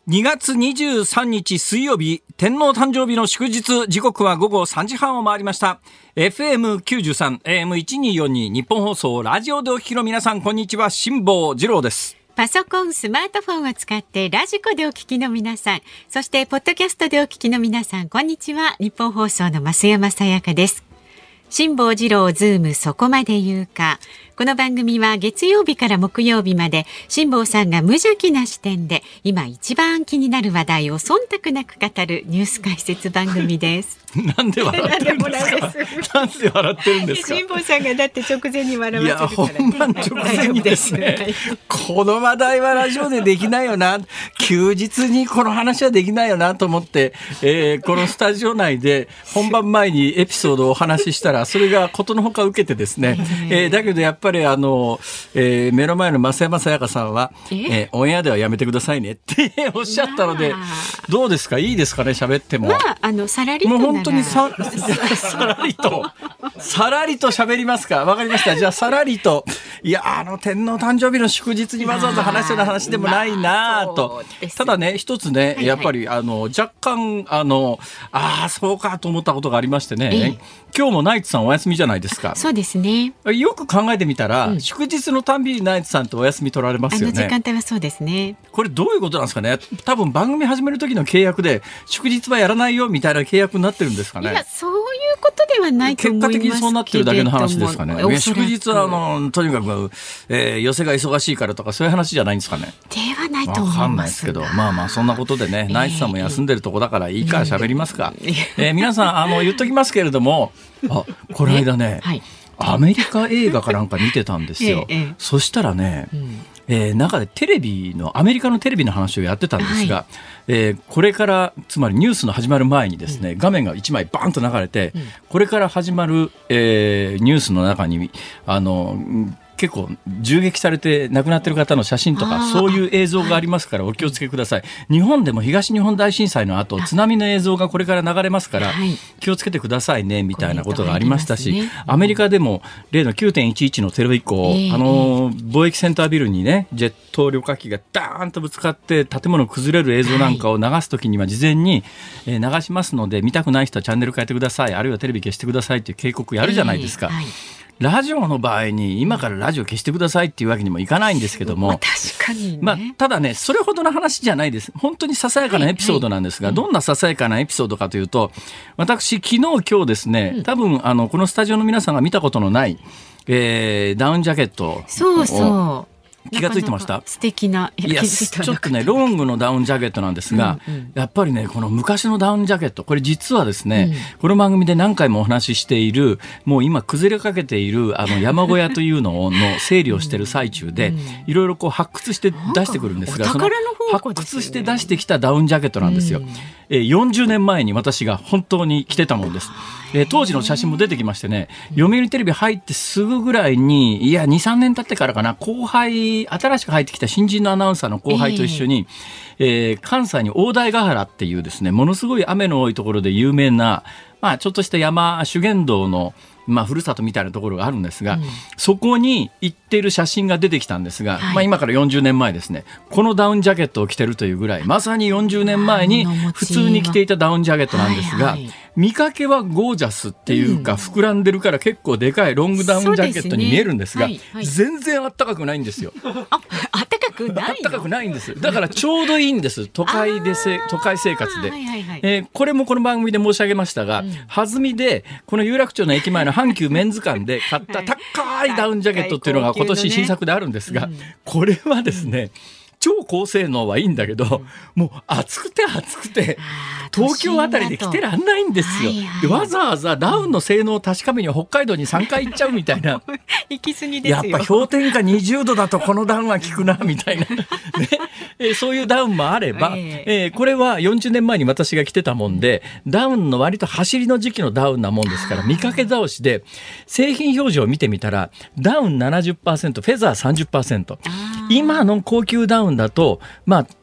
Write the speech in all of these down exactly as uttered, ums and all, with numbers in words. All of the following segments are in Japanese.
にがつにじゅうさんにち水曜日、天皇誕生日の祝日、時刻はごごさんじはんを回りました。エフエムきゅうじゅうさん、エーエムせんにひゃくよんじゅうに 日本放送ラジオでお聞きの皆さん、こんにちは。辛坊治郎です。 パソコン、スマートフォンを使ってラジコでお聞きの皆さん、そしてポッドキャストでお聞きの皆さん、こんにちは。日本放送の増山さやかです。辛坊治郎ズームそこまで言うか。この番組は月曜日から木曜日まで辛坊さんが無邪気な視点で今一番気になる話題を忖度なく語るニュース解説番組です。 なんで笑ってるんですか。なんで笑ってるんですか。 辛坊さんがだって直前に笑わせるから、ね、 いやほんま直前にですねこの話題はラジオでできないよな、休日にこの話はできないよなと思って、えー、このスタジオ内で本番前にエピソードをお話ししたらそれがことのほか受けてですね、えー、だけどやっぱりあの、えー、目の前の増山さやかさんは、えー、オンエアではやめてくださいねっておっしゃったので、どうですか、いいですかね、喋っても、 まあ、あのさらりとならもう本当に さ, さらりとさらりと喋りますか。わかりました。じゃあさらりと、いやあの天皇誕生日の祝日にわざわざ話すような話でもないなと、まあ、ただね一つね、はいはい、やっぱりあの若干あのああそうかと思ったことがありましてね、ええ、今日もナイツさんお休みじゃないですか。 そうですね。 よく考えてみたら、うん、祝日のたんびにナイツさんってお休み取られますよね。 あの時間帯はそうですね。 これどういうことなんですかね。多分番組始める時の契約で祝日はやらないよみたいな契約になってるんですかね。 いやそういうことではないと思いますけれども、 結果的にそうなってるだけの話ですかね。祝日はあのとにかく、えー、寄せが忙しいからとかそういう話じゃないんですかね。 ではないと思います。 わかんないですけど、まあまあそんなことでね、えー、ナイツさんも休んでるとこだからいいから喋りますか、えーえー、皆さんあの言っときますけれども、あこの間ね、はい、アメリカ映画かなんか見てたんですよ、ええ、そしたらね、うんえー、中でテレビのアメリカのテレビの話をやってたんですが、はいえー、これからつまりニュースの始まる前にですね、うん、画面がいちまいバーンと流れて、うん、これから始まる、えー、ニュースの中にあの結構銃撃されて亡くなっている方の写真とかそういう映像がありますからお気をつけください。日本でも東日本大震災の後津波の映像がこれから流れますから気をつけてくださいねみたいなことがありましたし、アメリカでも例の きゅうてんいちいち のテロ以降、あの貿易センタービルにねジェット旅客機がダーンとぶつかって建物崩れる映像なんかを流すときには事前に流しますので見たくない人はチャンネル変えてください、あるいはテレビ消してくださいという警告やるじゃないですか。ラジオの場合に今からラジオ消してくださいっていうわけにもいかないんですけども、まあ、 確かにね、 まあ、ただねそれほどの話じゃないです。本当にささやかなエピソードなんですが、はいはい、どんなささやかなエピソードかというと、私昨日今日ですね、多分あのこのスタジオの皆さんが見たことのない、えー、ダウンジャケットをそうそう気がついてました。 素敵な、 いやちょっとねロングのダウンジャケットなんですが、うんうん、やっぱりねこの昔のダウンジャケット、これ実はですね、うん、この番組で何回もお話ししている、もう今崩れかけているあの山小屋というのの整理をしている最中で、うん、いろいろこう発掘して出してくるんですが、その発掘して出してきたダウンジャケットなんですよ、うんえー、よんじゅうねんまえに私が本当に着てたものです。えー、当時の写真も出てきましてね、読売テレビ入ってすぐぐらいに、いや にさんねん経ってからかな、後輩新しく入ってきた新人のアナウンサーの後輩と一緒に、えーえー、関西に大台ヶ原っていうですねものすごい雨の多いところで有名な、まあ、ちょっとした山修験道のまあ、ふるさとみたいなところがあるんですが、うん、そこに行っている写真が出てきたんですが、はいまあ、今からよんじゅうねんまえですね、このダウンジャケットを着てるというぐらいまさによんじゅうねんまえに普通に着ていたダウンジャケットなんですが、はいはい、見かけはゴージャスっていうか、うん、膨らんでるから結構でかいロングダウンジャケットに見えるんですが、ですねはいはい、全然あったかくないんですよ。 あ、あったかくないの？ あったかくないんです。だからちょうどいいんです。都会でせ都会生活で、はいはいはいえー、これもこの番組で申し上げましたが、うん、弾みでこの有楽町の駅前の阪急メンズ館で買った高いダウンジャケットっていうのが今年新作であるんですが、これはですね超高性能はいいんだけど、もう暑くて暑くて東京あたりで着てらんないんですよ、はいはい、でわざわざダウンの性能を確かめに北海道にさんかい行っちゃうみたいな行き過ぎですよ。 やっぱ氷点下にじゅうどだとこのダウンは効くなみたいな、ねえー、そういうダウンもあれば、えーえー、これはよんじゅうねんまえに私が着てたもんで、ダウンの割と走りの時期のダウンなもんですから見かけ倒しで製品表示を見てみたらダウン ななじゅっパーセント フェザー さんじゅっパーセント、今の高級ダウンだと、まあ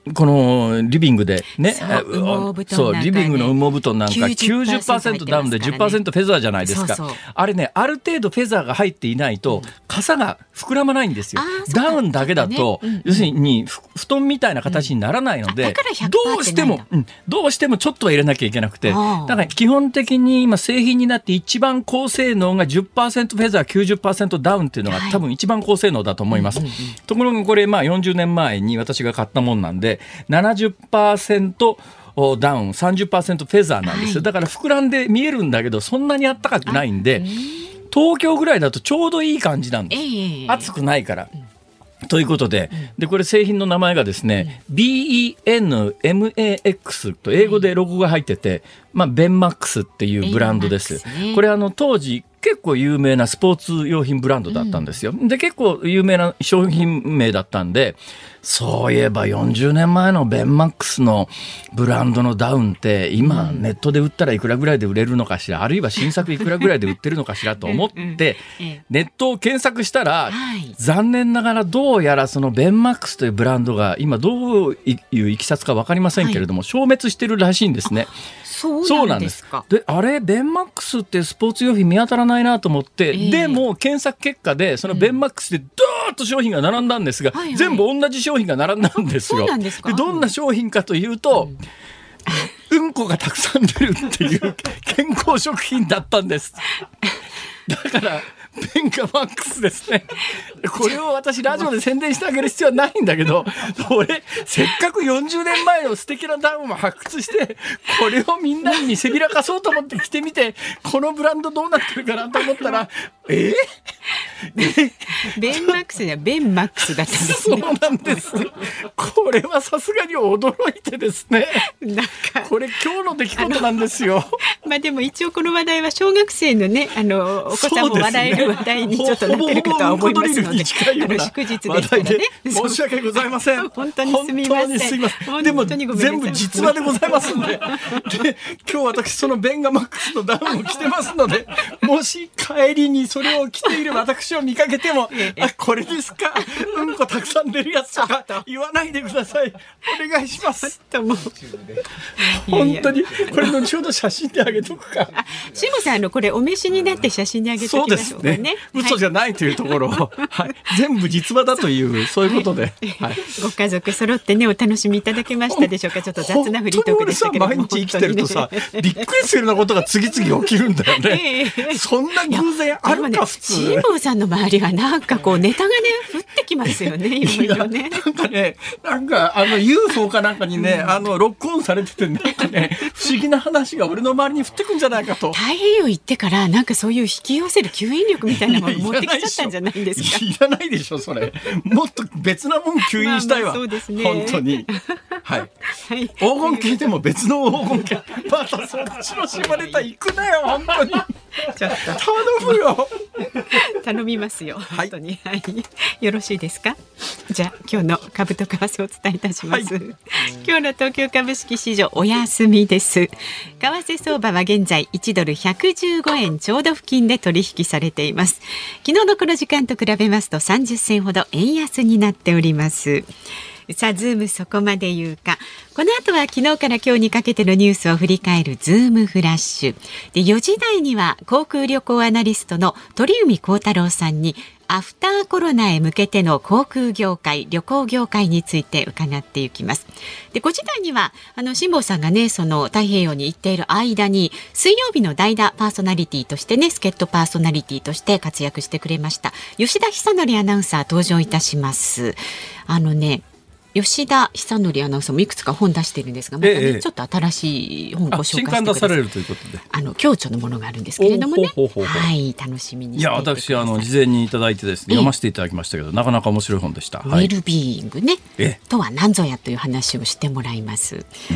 このリビングでね、 そう、 そうリビングの羽毛布団なんか きゅうじゅっパーセント ダウンで じゅっパーセント フェザーじゃないですか。 そうそう、 あれね、ある程度フェザーが入っていないと傘が膨らまないんですよ。ダウンだけだと、 ね、うんうん、 要するに布団みたいな形にならないので、うん、どうしても、うん、どうしてもちょっとは入れなきゃいけなくて、だから基本的に今製品になって一番高性能が じゅっパーセント フェザー きゅうじゅっパーセント ダウンっていうのが多分一番高性能だと思います、はい、うんうんうん、ところがこれまあよんじゅうねんまえに私が買ったもんなんで ななじゅっパーセントダウン さんじゅっパーセント フェザーなんですよ、はい、だから膨らんで見えるんだけどそんなにあったかくないんで、東京ぐらいだとちょうどいい感じなんです、えー、暑くないから、うん、ということで、でこれ製品の名前がですね、うん、ビーイーエヌエムエーエックス と英語でロゴが入ってて、まあ、ベンマックスっていうブランドです、ね、これあの当時結構有名なスポーツ用品ブランドだったんですよ、うん、で結構有名な商品名だったんで、そういえばよんじゅうねんまえのベンマックスのブランドのダウンって今ネットで売ったらいくらぐらいで売れるのかしら、あるいは新作いくらぐらいで売ってるのかしらと思ってネットを検索したら、残念ながらどうやらそのベンマックスというブランドが今どういういきさつか分かりませんけれども、消滅してるらしいんですね。 そうなんですか。 で、あれベンマックスってスポーツ用品見当たらないなと思って、えー、でも検索結果でそのベンマックスでドーッと商品が並んだんですが、うん、全部同じ商品が並んだんですよ。 そうなんですか。 でどんな商品かというと、うん、うんこがたくさん出るっていう健康食品だったんです。だからベンガマックスですね。これを私ラジオで宣伝してあげる必要はないんだけど、俺せっかくよんじゅうねんまえの素敵なダウンを発掘してこれをみんなに見せびらかそうと思って着てみて、このブランドどうなってるかなと思ったらえー、ベンマックスにはベンマックスだったんですね。 そうなんです。これはさすがに驚いてですね、なんかこれ今日の出来事なんですよ。 まあでも一応この話題は小学生のね、あのお子さんも笑える話題にちょっとなってるかとは思いますので、あの祝日ですからね。 申し訳ございません。 本当にすみません。 すません。でも全部実話でございますんで、で今日私そのベンガマックスのダウンを着てますので、もし帰りにそれを着ている私を見かけても、あ、これですか、うんこたくさん出るやつとか言わないでください。お願いします。本当にこれ後ほど写真であげとくか。 しもさん、あのこれお召しになって写真にあげときましょうかね。 そうですね。嘘じゃないというところを、はい、全部実話だというそういうことで、はい、 ご家族揃ってねお楽しみいただけましたでしょうか。ちょっと雑なフリートークでしたけども、 毎日生きてるとさ、ね、びっくりするようなことが次々起きるんだよね。えー、そんな偶然あるか、ね、普通。 辛坊さんの周りはなんかこうネタがね降ってきますよね。いろいろね。 なんかね、なんかあの ユーフォー かなんかにね、うん、あのロックオンされてて、なんかね不思議な話が俺の周りに降ってくんじゃないかと。 太平洋行ってからなんかそういう引き寄せる吸引力みたいなもの持ってきちゃったんじゃないですか。 いらないでしょそれ。もっと別なもん吸引したいわ。まあまあそうですね、本当に。はい。はい、黄金系でも別の黄金系。またそっちの縛れた行くなよ本当に。 ちょっと頼むよ。 頼みますよ本当に、はい、よろしいですか。じゃあ今日の株と為替をお伝えいたします、はい、今日の東京株式市場お休みです。為替相場は現在いちドルひゃくじゅうごえんちょうど付近で取引されています。昨日のこの時間と比べますとさんじゅっせんほど円安になっております。さあズームそこまで言うか。この後は昨日から今日にかけてのニュースを振り返るズームフラッシュで、よじ台には航空旅行アナリストの鳥海高太郎さんにアフターコロナへ向けての航空業界旅行業界について伺っていきます。でごじ台にはあの辛坊さんがねその太平洋に行っている間に水曜日の代打パーソナリティとしてね助っ人パーソナリティとして活躍してくれました吉田久典アナウンサー登場いたします。あのね吉田久典アナウンサーもいくつか本出しているんですが、またね、ええ、ちょっと新しい本をご紹介してください。 新刊出されるということで、 あの共著のものがあるんですけれどもね、ほうほうほうほう、はい、楽しみにしていてください。いや私あの事前にいただいてですね、読ませていただきましたけど、なかなか面白い本でした。 ウェルビーイングね、とは何ぞやという話をしてもらいます。うん、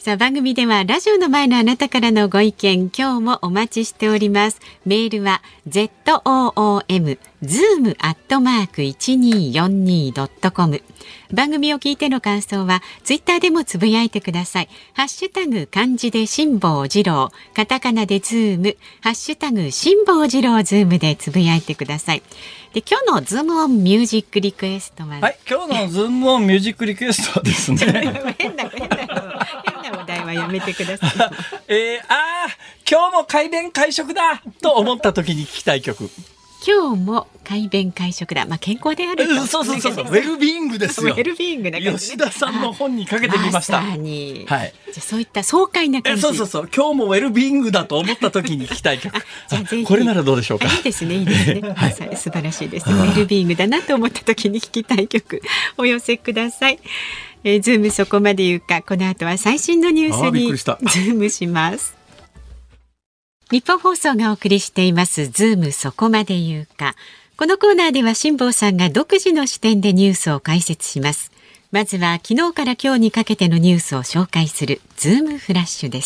さあ番組ではラジオの前のあなたからのご意見今日もお待ちしております。メールは ズーム ズーム アットマーク いちにーよんにー ドットコム 番組を聞いての感想はツイッターでもつぶやいてください。ハッシュタグ漢字で辛坊治郎、カタカナでズーム、ハッシュタグ辛坊治郎ズームでつぶやいてください。で今日のズームオンミュージックリクエストは、 はい、今日のズームオンミュージックリクエストはですね変な変な変なお題はやめてください。 えー、あー今日も快便快食だと思った時に聞きたい曲。 今日も快便快食だ、まあ、健康であると、 うん、そうそうそうそうウェルビーイングですよ。 ウェルビーイングだから、ね、 吉田さんの本にかけてみました。 まさに、 はい、 じゃそういった爽快な感じ。 そうそうそう今日もウェルビーイングだと思った時に聞きたい曲じゃあぜひこれならどうでしょうか。 いいですねいいですね、はい、素晴らしいです。ウェルビーイングだなと思った時に聞きたい曲お寄せください。えー、ズームそこまで言うか、この後は最新のニュースにズームします。日本放送がお送りしていますズームそこまで言うか。このコーナーでは辛坊さんが独自の視点でニュースを解説します。まずは昨日から今日にかけてのニュースを紹介するズームフラッシュです。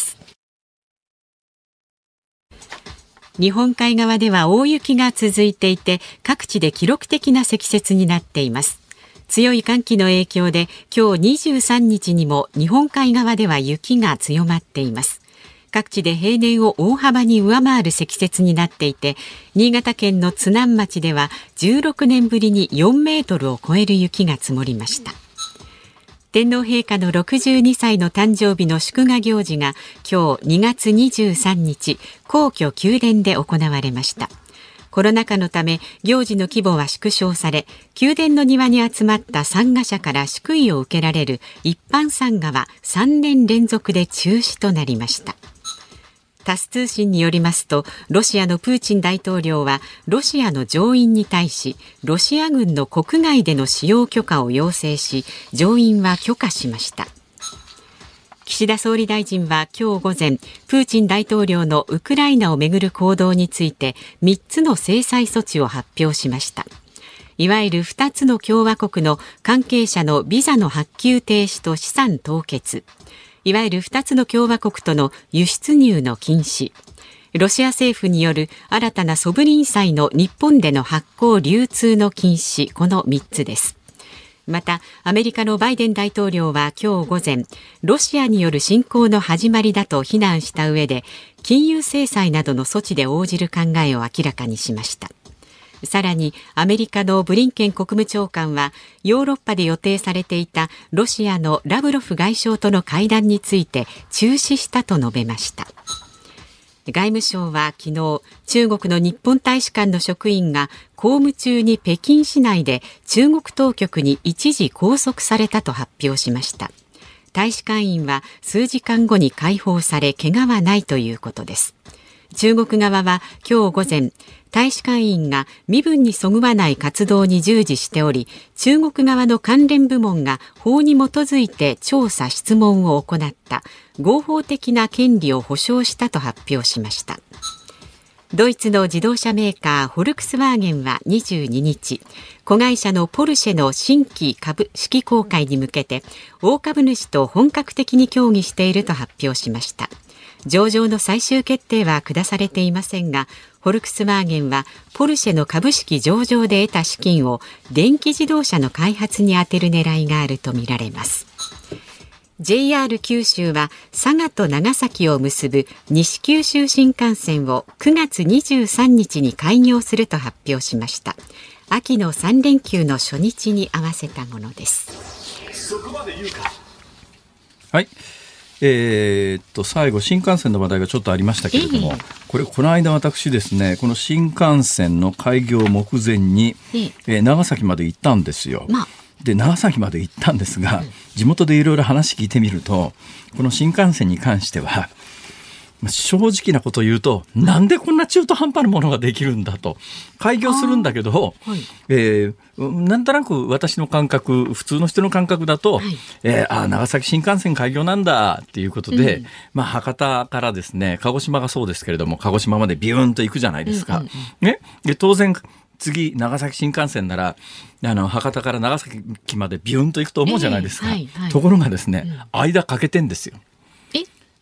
日本海側では大雪が続いていて、各地で記録的な積雪になっています。強い寒気の影響で今日にじゅうさんにちにも日本海側では雪が強まっています。各地で平年を大幅に上回る積雪になっていて、新潟県の津南町ではじゅうろくねんぶりによんメートルを超える雪が積もりました。天皇陛下のろくじゅうにさいの誕生日の祝賀行事が今日にがつにじゅうさんにち、皇居宮殿で行われました。コロナ禍のため行事の規模は縮小され、宮殿の庭に集まった参賀者から祝意を受けられる一般参賀はさんねんれんぞくで中止となりました。タス通信によりますと、ロシアのプーチン大統領はロシアの上院に対しロシア軍の国外での使用許可を要請し、上院は許可しました。岸田総理大臣は今日午前、プーチン大統領のウクライナをめぐる行動についてみっつの制裁措置を発表しました。いわゆるふたつの共和国の関係者のビザの発給停止と資産凍結、いわゆるふたつの共和国との輸出入の禁止、ロシア政府による新たなソブリン債の日本での発行流通の禁止、このみっつです。またアメリカのバイデン大統領は今日午前、ロシアによる侵攻の始まりだと非難した上で、金融制裁などの措置で応じる考えを明らかにしました。さらにアメリカのブリンケン国務長官は、ヨーロッパで予定されていたロシアのラブロフ外相との会談について中止したと述べました。外務省は昨日、中国の日本大使館の職員が公務中に北京市内で中国当局に一時拘束されたと発表しました。大使館員は数時間後に解放され、怪我はないということです。中国側は今日午前、大使館員が身分にそぐわない活動に従事しており、中国側の関連部門が法に基づいて調査質問を行った合法的な権利を保障したと発表しました。ドイツの自動車メーカーフォルクスワーゲンはにじゅうににち、子会社のポルシェの新規株式公開に向けて大株主と本格的に協議していると発表しました。上場の最終決定は下されていませんが、フォルクスワーゲンはポルシェの株式上場で得た資金を電気自動車の開発に充てる狙いがあるとみられます。ジェイアール 九州は佐賀と長崎を結ぶ西九州新幹線をくがつにじゅうさんにちに開業すると発表しました。秋のさんれんきゅうの初日に合わせたものです。そこまで言うか。 はい、えー、っと最後新幹線の話題がちょっとありましたけれども、えー、これこの間私ですね、この新幹線の開業目前に、えーえー、長崎まで行ったんですよ。まあで長崎まで行ったんですが、地元でいろいろ話聞いてみると、この新幹線に関しては正直なことを言うと、なんでこんな中途半端なものができるんだと。開業するんだけど、はい、えー、なんとなく私の感覚、普通の人の感覚だと、はい、えー、あ長崎新幹線開業なんだっていうことで、うん、まあ、博多からですね、鹿児島がそうですけれども、鹿児島までビューンと行くじゃないですか、うんうんうん、ね、で当然次長崎新幹線ならあの博多から長崎までビューンと行くと思うじゃないですか、えーはいはい、ところがですね、うん、間かけてんですよ。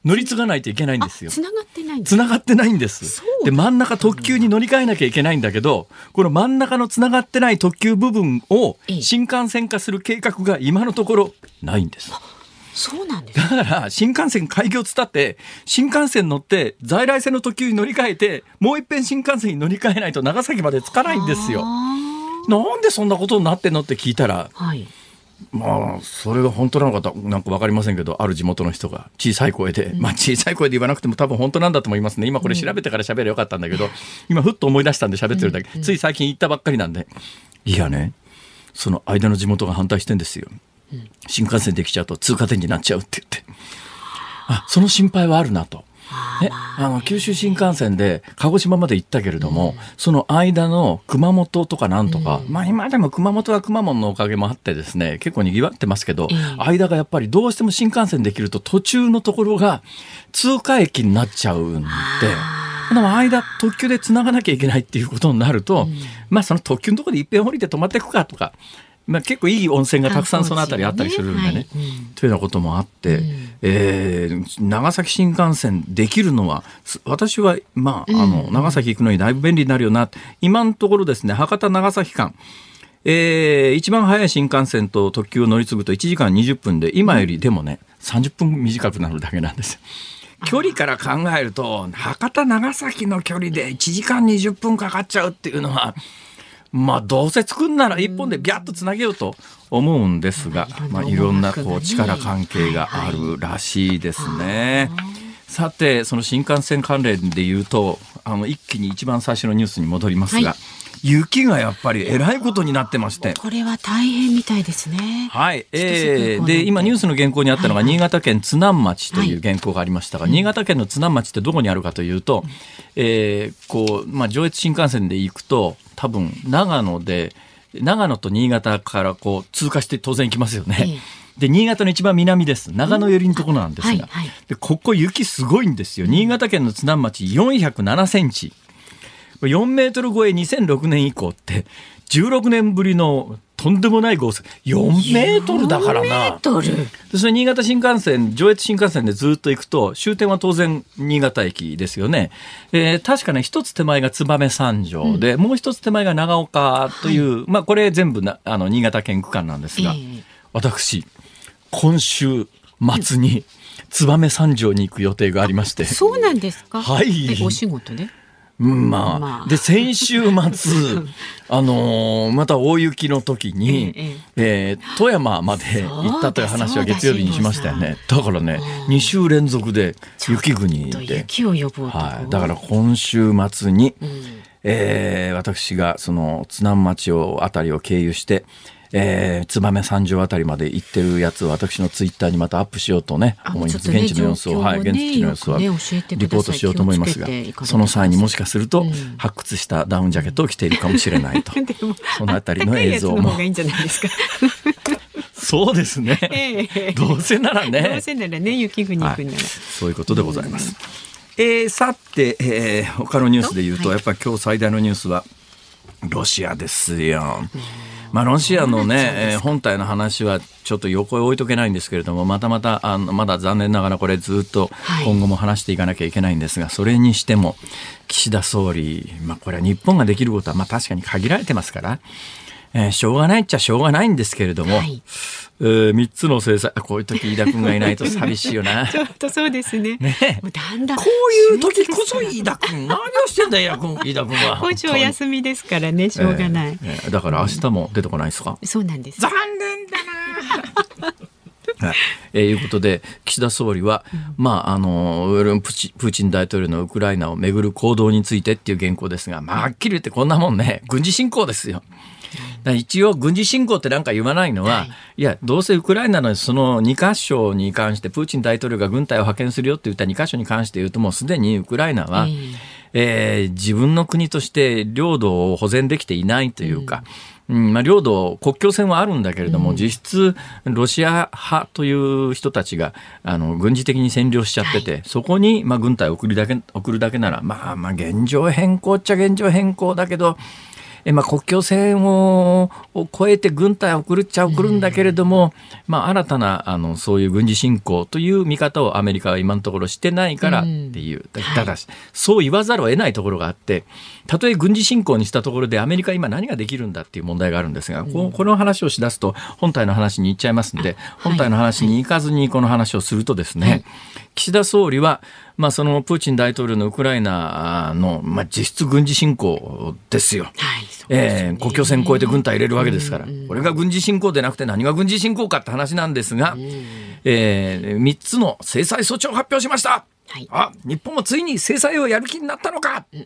乗り継がないといけないんですよ。 つながってないんです。 つながってないんです。で、真ん中特急に乗り換えなきゃいけないんだけど、この真ん中のつながってない特急部分を新幹線化する計画が今のところないんです。 そうなんです、ね、 だから新幹線開業つったって新幹線乗って在来線の特急に乗り換えてもう一遍新幹線に乗り換えないと長崎まで着かないんですよ。なんでそんなことになってんのって聞いたら、はい、まあそれが本当なのかなんか分かりませんけど、ある地元の人が小さい声で、うん、まあ小さい声で言わなくても多分本当なんだと思いますね。今これ調べてから喋ればよかったんだけど、うん、今ふっと思い出したんで喋ってるだけ、うんうん、つい最近言ったばっかりなんで、いやね、その間の地元が反対してんですよ。新幹線できちゃうと通過点になっちゃうって言って、あ、その心配はあるなと。ね、あの九州新幹線で鹿児島まで行ったけれども、うん、その間の熊本とかなんとか、うん、まあ今でも熊本は熊本のおかげもあってですね、結構にぎわってますけど、うん、間がやっぱりどうしても新幹線できると途中のところが通過駅になっちゃうんで、でも間特急でつながなきゃいけないっていうことになると、うん、まあその特急のところでいっぺん降りて止まっていくかとか、まあ、結構いい温泉がたくさんそのあたりあったりするんでね、はい、うん、というようなこともあって、うん、えー、長崎新幹線できるのは私は、まあ、あの長崎行くのにだいぶ便利になるよな、今のところですね、博多長崎間、えー、一番早い新幹線と特急を乗り継ぐといちじかんにじゅっぷんで、今よりでもねさんじゅっぷん短くなるだけなんですよ。距離から考えると博多長崎の距離でいちじかんにじゅっぷんかかっちゃうっていうのは、まあどうせ作るなら一本でビャッとつなげようと思うんですが、まあいろんなこう力関係があるらしいですね。さてその新幹線関連で言うと、あの一気に一番最初のニュースに戻りますが、はい、雪がやっぱりえらいことになってまして、 これは大変みたいですね。 はい、えー、で今ニュースの原稿にあったのが新潟県津南町という原稿がありましたが、はいはい、新潟県の津南町ってどこにあるかというと、うん、えー、こうまあ上越新幹線で行くと多分長野で長野と新潟からこう通過して当然行きますよね。えーで新潟の一番南です。長野寄りのところなんですが、うん、はいはい、でここ雪すごいんですよ。新潟県の津南町よんひゃくななセンチ、よんメートル超えにせんろくねん以降ってじゅうろくねんぶりのとんでもない豪雪、よんメートルだからな。でそれ新潟新幹線上越新幹線でずっと行くと終点は当然新潟駅ですよね。えー、確かね一つ手前が燕三条で、うん、もう一つ手前が長岡という、はい、まあこれ全部なあの新潟県区間なんですが、えー、私今週末に燕三条に行く予定がありまして。 そうなんですか。 はい。 お仕事で。 まあ、まあ、で先週末あのー、また大雪の時に、えええー、富山まで行ったという話は月曜日にしましたよね。だからねに週連続で雪国で雪を呼ぼうと、 はい、だから今週末に、うん、えー、私がその津南町をあたりを経由してえー、燕三条あたりまで行ってるやつを私のツイッターにまたアップしようとね思います。現地の様子を、はい、現地の様子はリポートしようと思いますが、その際にもしかすると発掘したダウンジャケットを着ているかもしれないと、うん、そのあたりの映像もいいんじゃないですか。 そうですね、えー、どうせならねどうせならね雪国行くなら、はい、 そういうことでございます。うん、えー、さて、えー、他のニュースで言うと、はい、やっぱり今日最大のニュースはロシアですよ。うん、まあ、ロシアのね、えー、本体の話はちょっと横へ置いとけないんですけれども、またまたあのまだ残念ながらこれずっと今後も話していかなきゃいけないんですが、はい、それにしても岸田総理、まあ、これは日本ができることはまあ確かに限られてますから、えー、しょうがないっちゃしょうがないんですけれども、はい、えー、みっつの制裁、こういう時飯田君がいないと寂しいよな。 ちょっとそうですね。 ね、 もうだんだんこういう時こそ飯田君何をしてんだよ飯田君は。 今週お休みですからね、しょうがない。 えー、だから明日も出てこないですか。 うん、そうなんです。 残念だな。はい、えー、いうことで岸田総理は、うん、まあ、あのプチ、プーチン大統領のウクライナをめぐる行動についてっていう原稿ですが、まあ、はっきり言ってこんなもんね軍事侵攻ですよ。一応軍事侵攻ってなんか言わないのは、はい、いやどうせウクライナのそのにかしょに関してプーチン大統領が軍隊を派遣するよって言ったにかしょに関して言うと、もうすでにウクライナは、えーえー、自分の国として領土を保全できていないというか、うんうん、まあ、領土国境線はあるんだけれども、うん、実質ロシア派という人たちがあの軍事的に占領しちゃってて、はい、そこにまあ軍隊を送るだけ、送るだけなら、まあ、まあ現状変更っちゃ現状変更だけど、 えまあ、国境線をを越えて軍隊を送るっちゃ送るんだけれども、まあ、新たなあのそういう軍事侵攻という見方をアメリカは今のところしてないからっていう、ただしそう言わざるを得ないところがあって、たとえ軍事侵攻にしたところでアメリカ今何ができるんだっていう問題があるんですが、ここの話をしだすと本体の話に行っちゃいますんで、本体の話に行かずにこの話をするとですね、はい、岸田総理は、まあ、そのプーチン大統領のウクライナの、まあ、実質軍事侵攻ですよ。はい、えー、国境線越えて軍隊入れるわけですから、うんうん、これが軍事侵攻でなくて何が軍事侵攻かって話なんですが、うん、えー、みっつの制裁措置を発表しました。はい、あ、日本もついに制裁をやる気になったのか、うん、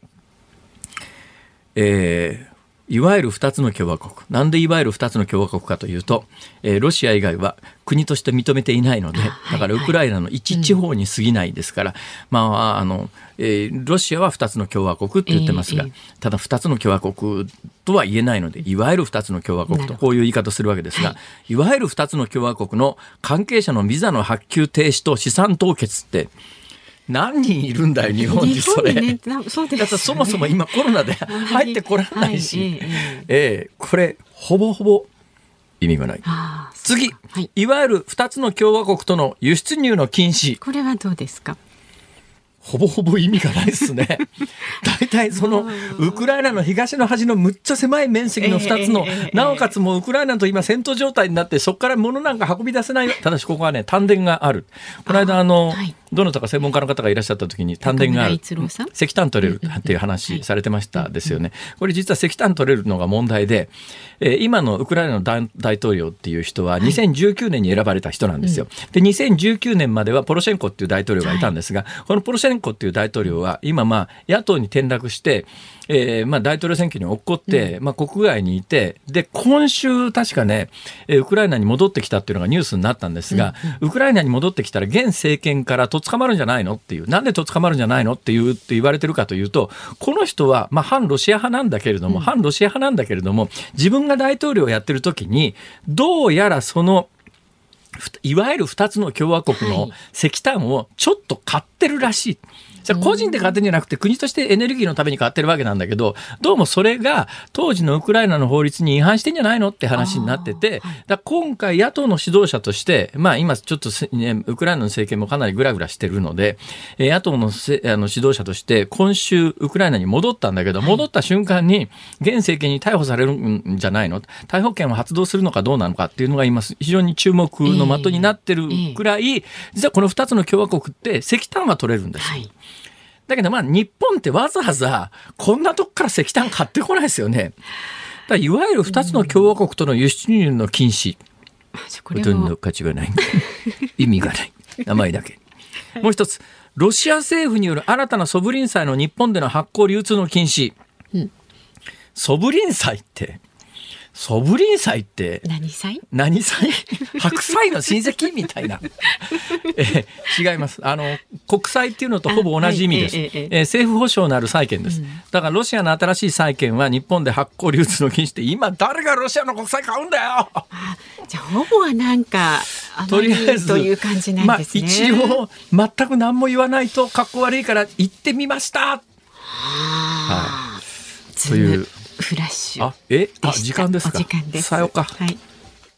えーいわゆるふたつの共和国。なんでいわゆるふたつの共和国かというと、えー、ロシア以外は国として認めていないので、だからウクライナの一地方に過ぎないですから、まあ、あの、えー、ロシアはふたつの共和国って言ってますが、えー、ただふたつの共和国とは言えないので、いわゆるふたつの共和国とこういう言い方するわけですが、はい、いわゆるふたつの共和国の関係者のビザの発給停止と資産凍結って、何人いるんだよ日本にそれ。ね、そうですよね。だからそもそも今コロナで入ってこらないし、はいはい、えー、これほぼほぼ意味がない。次、はい、いわゆるふたつの共和国との輸出入の禁止。これはどうですか。 ほぼほぼ意味がないですね。大体そのウクライナの東の端のむっちゃ狭い面積のふたつの、えーえー、なおかつもうウクライナと今戦闘状態になってそこから物なんか運び出せない。ただしここはね丹田がある。この間あの、はい、どなたか専門家の方がいらっしゃった時に丹田がある石炭取れるっていう話されてましたですよね。これ実は石炭取れるのが問題で、えー、今のウクライナの大統領っていう人はにせんじゅうきゅうねんに選ばれた人なんですよ。でにせんじゅうきゅうねんまではポロシェンコっていう大統領がいたんですが、はい、このポロシェンコっていう大統領は今まあ野党に転落して、えー、まあ大統領選挙に落っこって、まあ、国外にいて、で今週確かねウクライナに戻ってきたっていうのがニュースになったんですが、ウクライナに戻ってきたら現政権からとっ捕まるんじゃないのっていう、なんでとっ捕まるんじゃないのっていうって言われてるかというと、この人はまあ反ロシア派なんだけれども、反ロシア派なんだけれども、自分が大統領をやってる時にどうやらそのいわゆるふたつの共和国の石炭をちょっと買ってるらしい。じゃあ個人で買ってるんじゃなくて国としてエネルギーのために買ってるわけなんだけど、どうもそれが当時のウクライナの法律に違反してんじゃないのって話になってて、だ今回野党の指導者として、まあ今ちょっと、ね、ウクライナの政権もかなりグラグラしてるので、野党のせあの指導者として今週ウクライナに戻ったんだけど、戻った瞬間に現政権に逮捕されるんじゃないの、逮捕権を発動するのかどうなのかっていうのが今非常に注目の的になってるくらい、実はこのふたつの共和国って石炭は取れるんです。はい、だけどまあ日本ってわざわざこんなとこから石炭買ってこないですよね。だからいわゆるふたつの共和国との輸出入の禁止、ほとんど価値がない意味がない名前だけ。もう一つ、ロシア政府による新たなソブリン債の日本での発行流通の禁止、うん、ソブリン債ってソブリン債って何債何債白菜の親戚みたいな、えー、違います。あの国債っていうのとほぼ同じ意味です。はい、えーえーえー、政府保証のある債券です、うん、だからロシアの新しい債券は日本で発行流通の禁止って、今誰がロシアの国債買うんだよ。 あ、じゃあほぼはなんかとりあえずという感じなんですね。 まあ、一応全く何も言わないとかっこ悪いから行ってみました。はあ、というフラッシュ。 あ、え、あ、時間ですか。 お時間です。 さようか。はい。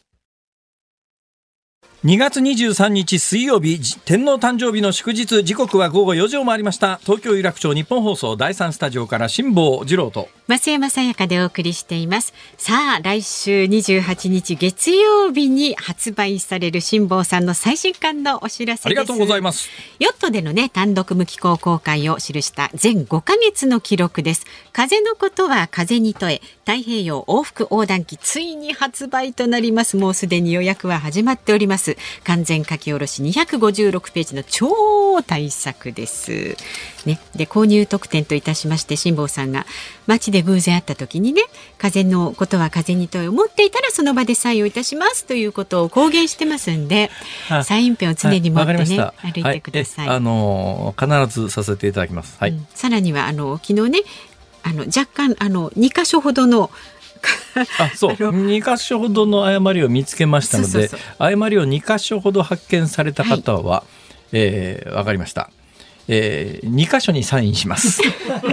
にがつにじゅうさんにち水曜日、天皇誕生日の祝日、時刻は午後よじを回りました。東京有楽町日本放送だいさんスタジオから辛坊治郎と増山さやかでお送りしています。さあ、来週にじゅうはちにち月曜日に発売される辛坊さんの最新刊のお知らせです。 ありがとうございます。 ヨットでのね、単独無寄港航海を記した全ごかげつの記録です。風のことは風に問え、太平洋往復横断機、ついに発売となります。もうすでに予約は始まっております。完全書き下ろしにひゃくごじゅうろくページの超大作です、ね、で購入特典といたしまして、辛坊さんが街で偶然会った時にね、風のことは風に問え、思っていたらその場でサインをいたしますということを公言してますんで、サインペンを常に持ってね、はい、歩いてください。 はい、あの必ずさせていただきます。はい、うん、さらにはあの昨日ね、あの若干あのにかしょほどのあ、そうにかしょほどの誤りを見つけましたので、そうそうそう、誤りをにかしょほど発見された方は、はい、えー、分かりました。 えー、に箇所にサインします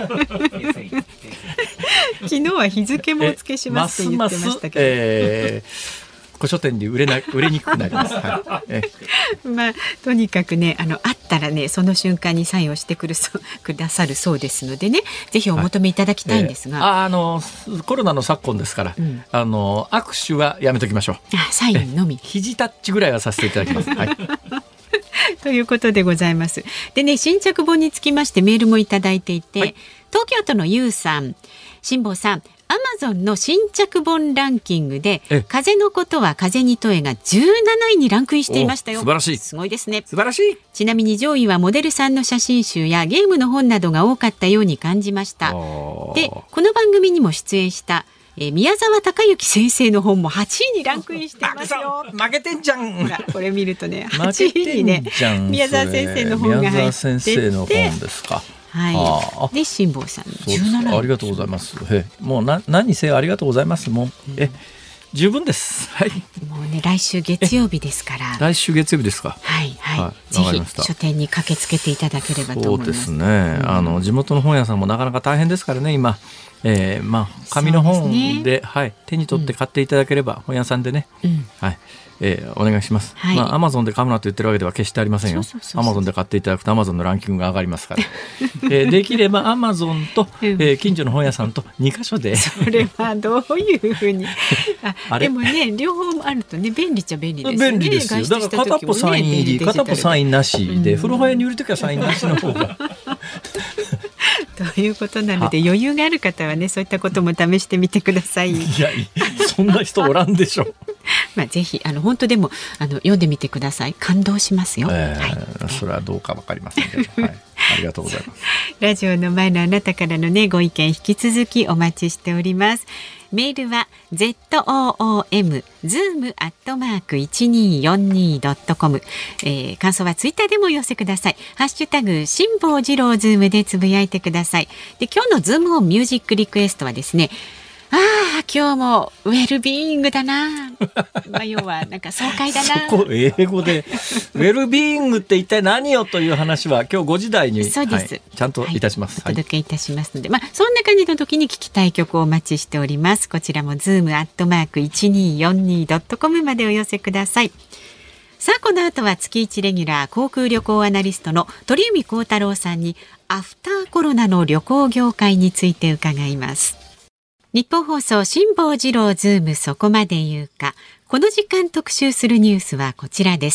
昨日は日付もお付けしますって言ってましたけど、ますます、えー古書店で売れな売れにくくなります、はい、えまあ、とにかくねあのあったらねその瞬間にサインをしてくるそくださるそうですのでねぜひお求めいただきたいんですが、 はいえー、ああのコロナの昨今ですから、うん、あの握手はやめときましょう。 あサインのみ肘タッチぐらいはさせていただきます、はいということでございます。でね新着本につきましてメールもいただいていて、はい、東京都のゆうさん辛坊さんアマゾンの新着本ランキングで風のことは風に問えがじゅうなないにランクインしていましたよ。 素晴らしい。 すごいですね。 素晴らしい。 ちなみに上位はモデルさんの写真集やゲームの本などが多かったように感じました。でこの番組にも出演したえー、宮沢隆之先生の本もはちいにランクインしていますよ。 負けてんじゃん。 ほらこれ見るとねはちいにね宮沢先生の本が入ってて宮沢先生の本ですか。 はい、で辛坊さんじゅうななありがとうございます。へもうな何せありがとうございます。もう、うん、え十分です、はい、 もうね来週月曜日ですから来週月曜日ですか。 はいはい、はい、ぜひ書店に駆けつけていただければと思います。 そうですね、うん、あの地元の本屋さんもなかなか大変ですからね今、えーまあ、紙の本 で, で、ねはい、手に取って買っていただければ、うん、本屋さんでね、うんはいえー、お願いします。はいまあ、アマゾンで買うなと言ってるわけでは決してありませんよ。アマゾンで買っていただくとアマゾンのランキングが上がりますから、えー、できればアマゾンと、えー、近所の本屋さんとに箇所でそれはどういうふうにあでもね両方あるとね便利っちゃ便利ですよね。 便利ですよ。だから片っぽサイン入り片っぽサインなしで、うん、古本屋に売るときはサインなしの方がということなので余裕がある方はねそういったことも試してみてください。 いやそんな人おらんでしょまあぜひあの本当でもあの読んでみてください。感動しますよ、 えーはい、それはどうかわかりませんけど、はい、ありがとうございます。 ラジオの前のあなたからのねご意見引き続きお待ちしております。メールは ズーム ズーム アットマーク いちにーよんにー ドットコム、えー、感想はツイッターでもお寄せください。ハッシュタグ辛坊治郎ズームでつぶやいてください。で今日のズームオンミュージックリクエストはですねああ今日もウェルビーイングだなまあ要はなんか爽快だなそこ英語でウェルビーイングって一体何よという話は今日ごじ台にそうです、 はい、ちゃんといたします、 はい、お届けいたしますので、まあ、そんな感じの時に聞きたい曲をお待ちしております。こちらもズームアットマーク いちにーよんにー ドットコム までお寄せください。さあこの後は月いちレギュラー航空旅行アナリストの鳥海高太郎さんにアフターコロナの旅行業界について伺います。日本放送辛坊治郎ズームそこまで言うか。この時間特集するニュースはこちらです。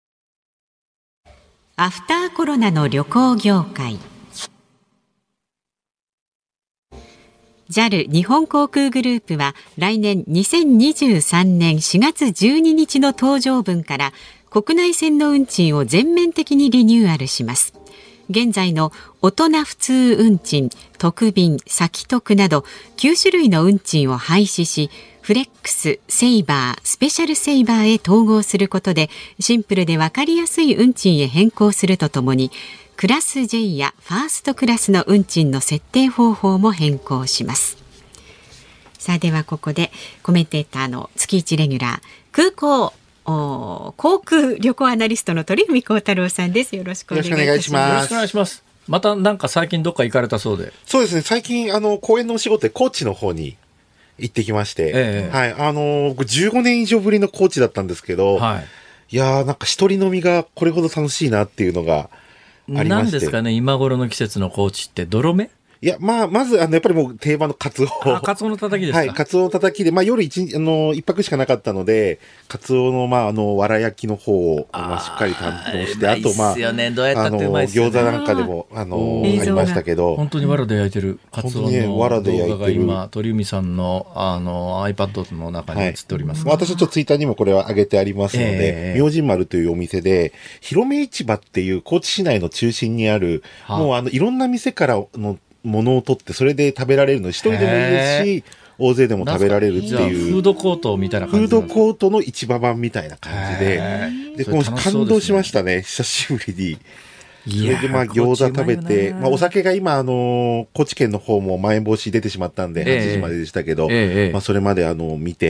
アフターコロナの旅行業界。 ジャル 日本航空グループは来年にせんにじゅうさんねんしがつじゅうににちの搭乗分から国内線の運賃を全面的にリニューアルします。現在の大人普通運賃、特便、先特などきゅうしゅるいの運賃を廃止し、フレックス、セイバー、スペシャルセイバーへ統合することでシンプルで分かりやすい運賃へ変更するとともに、クラス ジェイ やファーストクラスの運賃の設定方法も変更します。さあではここでコメンテーターの月いちレギュラー空港航空旅行アナリストの鳥海高太郎さんです。よろしくお願いします。 よろしくお願いします。またなんか最近どっか行かれたそうで。 そうですね。最近あの公演のお仕事で高知の方に行ってきまして、ええ、はいあのじゅうごねん以上ぶりの高知だったんですけど、はい、いやーなんか一人飲みがこれほど楽しいなっていうのがありまして。 なんですかね今頃の季節の高知って泥目？ いや、まあ、まず、あの、やっぱりもう定番のカツオ。 あ、カツオのたたきですか？ はい、カツオのたたきで、まあ、夜一、あの、一泊しかなかったので、カツオの、まあ、あの、わら焼きの方を、まあ、しっかり担当して、あと、まあ、 あの、 餃子なんかでも、あの、ありましたけど。 本当にわらで焼いてるカツオの動画が今、鳥海さんの、あの、iPad の中に映っております、 はい。私ちょっとツイッターにもこれは上げてありますので、明神丸というお店で、広め市場っていう高知市内の中心にある、はあ、もう、あの、いろんな店からの、ものを取ってそれで食べられるの一人でもいいですし大勢でも食べられるっていうフードコートみたいな感じフードコートの市場版みたいな感じででこう感動しましたね久しぶりに。それでまあ餃子食べて、まあ、お酒が今あの高知県の方もまん延防止出てしまってたんではちじまででしたけど、ええまあ、それまであの見て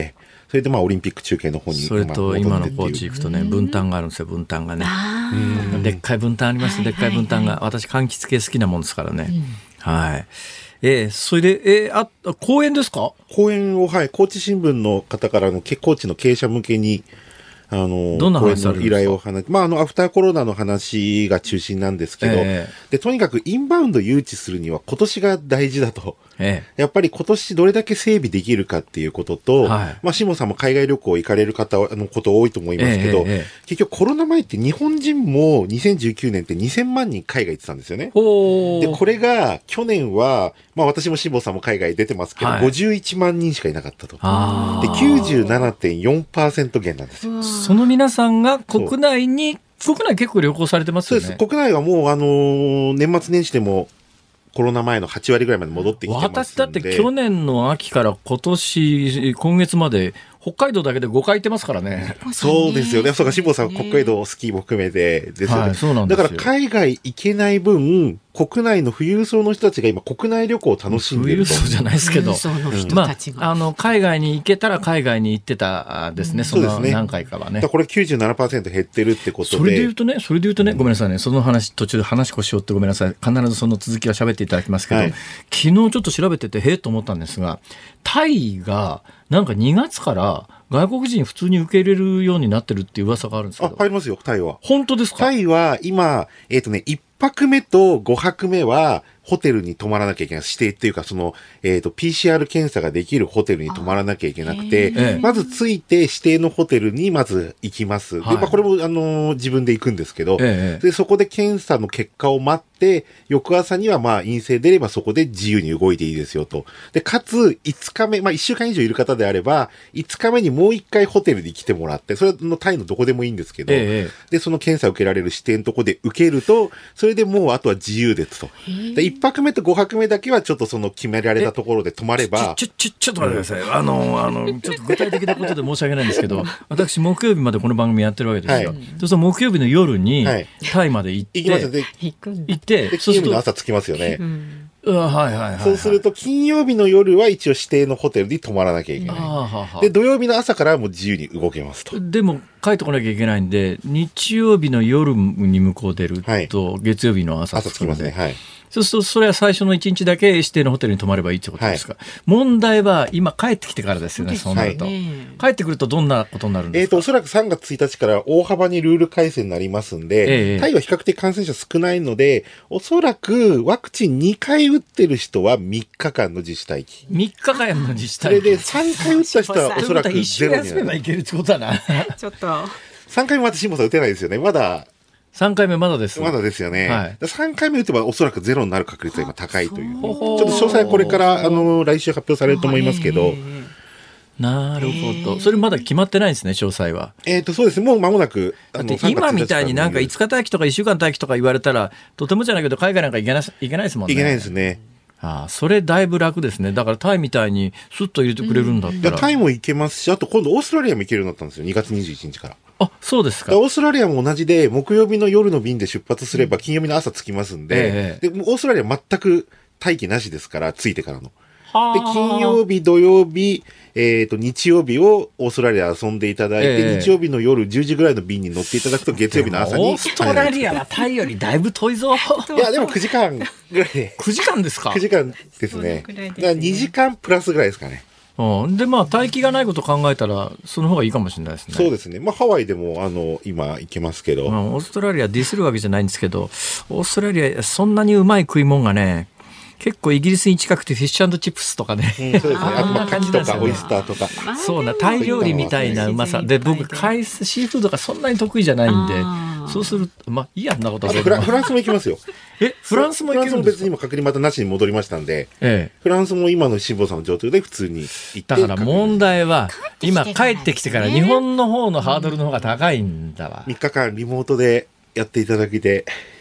それでまあオリンピック中継の方にそれと今の高知行くとね、分担があるんですよ、分担がね。でっかい分担あります、でっかい分担が。私柑橘系好きなもんですからね。はい。えー、それで、えー、あ、講演ですか？ 講演を、はい、高知新聞の方からの、高知の経営者向けに、あの、 どんな話されるんですか？ 依頼を話、まあ、あの、アフターコロナの話が中心なんですけど、えー、で、とにかくインバウンド誘致するには今年が大事だと。ええ、やっぱり今年どれだけ整備できるかっていうことと、はい、まあ、下さんも海外旅行行かれる方のこと多いと思いますけど、ええええ、結局コロナ前って日本人もにせんじゅうきゅうねんってにせんまんにん海外行ってたんですよね。で、これが去年は、まあ私も下さんも海外出てますけど、はい、ごじゅういちまんにんしかいなかったと。で、きゅうじゅうななてんよんパーセント 減なんですよ。 その皆さんが国内に、国内結構旅行されてますよね。 そうです。国内はもうあのー、年末年始でも、コロナ前のはちわりぐらいまで戻ってきてますんで。 私だって去年の秋から今年、今月まで北海道だけでごかい行ってますからね。 そうですよね。そうか、辛坊さん、北海道スキーも含めてですよね。はい、そうなんですよ。だから海外行けない分、国内の富裕層の人たちが今国内旅行を楽しんでると。 富裕層じゃないですけど、まあ、あの海外に行けたら海外に行ってたですね、うん、その何回かはね。 だこれ きゅうじゅうななパーセント 減ってるってことで。 それで言うとね、それで言うとね、ごめんなさいね、その話途中で話ししようってごめんなさい。必ずその続きは喋っていただきますけど、はい、昨日ちょっと調べててへえと思ったんですが、タイがなんかにがつから外国人普通に受け入れるようになってるっていう噂があるんですけど。 あ、入りますよ、タイは。 本当ですか？ タイは今、えっとね、いっぱくめとごはくめは、ホテルに泊まらなきゃいけない。指定っていうか、その、えっと、ピーシーアール 検査ができるホテルに泊まらなきゃいけなくて、まず着いて指定のホテルにまず行きます。はい、で、まあ、これも、あのー、自分で行くんですけど、ええ、で、そこで検査の結果を待って、翌朝にはまあ、陰性出ればそこで自由に動いていいですよと。で、かつ、いつかめ、まあ、いっしゅうかん以上いる方であれば、いつかめにもういっかいホテルに来てもらって、それのタイのどこでもいいんですけど、ええ、で、その検査を受けられる指定のとこで受けると、それでもうあとは自由ですと。で、いっぱくめとごはくめだけはちょっとその決められたところで泊まれば。 ちょ、ちょ、ちょっと待ってください。あの、あの、ちょっと具体的なことで申し訳ないんですけど、私木曜日までこの番組やってるわけですよ。はい、そうすると木曜日の夜にタイまで行って、 行きますね。 行って、 で、金曜日の朝着きますよね。 うんはいはいはいはい、 そうすると金曜日の夜は一応指定のホテルに泊まらなきゃいけない。ははで、土曜日の朝からはもう自由に動けますと。 でも帰ってこなきゃいけないんで、日曜日の夜に向こう出ると、はい、月曜日の朝着きますね。はい。 そうするとそれは最初のいちにちだけ指定のホテルに泊まればいいってことですか。はい、問題は今帰ってきてからですよね。そうなると、はい、帰ってくるとどんなことになるんですか。 えっとおそらくさんがつついたちから大幅にルール改正になりますんで、ええ、タイは比較的感染者少ないので、おそらくワクチンにかい打ってる人はみっかかんの自主待機。 みっかかんの自主待機。 それでさんかい打った人はおそらくゼロになる。一週休めばいけるってことだな。 ちょっとさんかいめまた辛坊さん打てないですよね。まだ。 さんかいめまだです。 まだですよね。はい、さんかいめ打てばおそらくゼロになる確率が今高いという。ちょっと詳細はこれからあの来週発表されると思いますけど。 なるほど。それまだ決まってないんですね、詳細は。 えっと、そうですね。もう間もなく。 だって今みたいになんかいつか待機とかいっしゅうかん待機とか言われたら、とてもじゃないけど海外なんか行けない、行けないですもんね。 行けないですね。 ああ、それだいぶ楽ですね。だからタイみたいにスッと入れてくれるんだったら。 うん、タイも行けますし、あと今度オーストラリアも行けるようになったんですよ。にがつにじゅういちにちから。 あ、そうですか。 オーストラリアも同じで、木曜日の夜の便で出発すれば金曜日の朝着きますんで、ええ、で、オーストラリア全く待機なしですから、着いてからの。で、金曜日、土曜日、えっと、日曜日をオーストラリア遊んでいただいて、ええ、日曜日の夜じゅうじぐらいの便に乗っていただくと月曜日の朝に。 オーストラリアはタイよりだいぶ遠いぞ。 いや、でもくじかんぐらいで。 くじかんですか ?く時間ですね。だからにじかんプラスぐらいですかね。 うん、でまあ待機がないことを考えたらその方がいいかもしれないですね。 そうですね。まあハワイでもあの今行けますけど、 うん、オーストラリアディスるわけじゃないんですけど、オーストラリアそんなにうまい食い物がね結構イギリスに近くてフィッシュ&チップスとかね、 うん、そうですね。あとまあカキとかオイスターとか、 そうなタイ料理みたいなうまさで、僕海シーフードがそんなに得意じゃないんで、そうするとまあいいやんなことは。 フラフランスも行きますよ。 えフランスも行けるんですか。フランスも別に今隔離またなしに戻りましたんで、ええ、フランスも今の辛坊さんの状況で普通に行って。 だから問題は今帰ってきてから日本の方のハードルの方が高いんだわ。 みっかかんリモートでやっていただきて。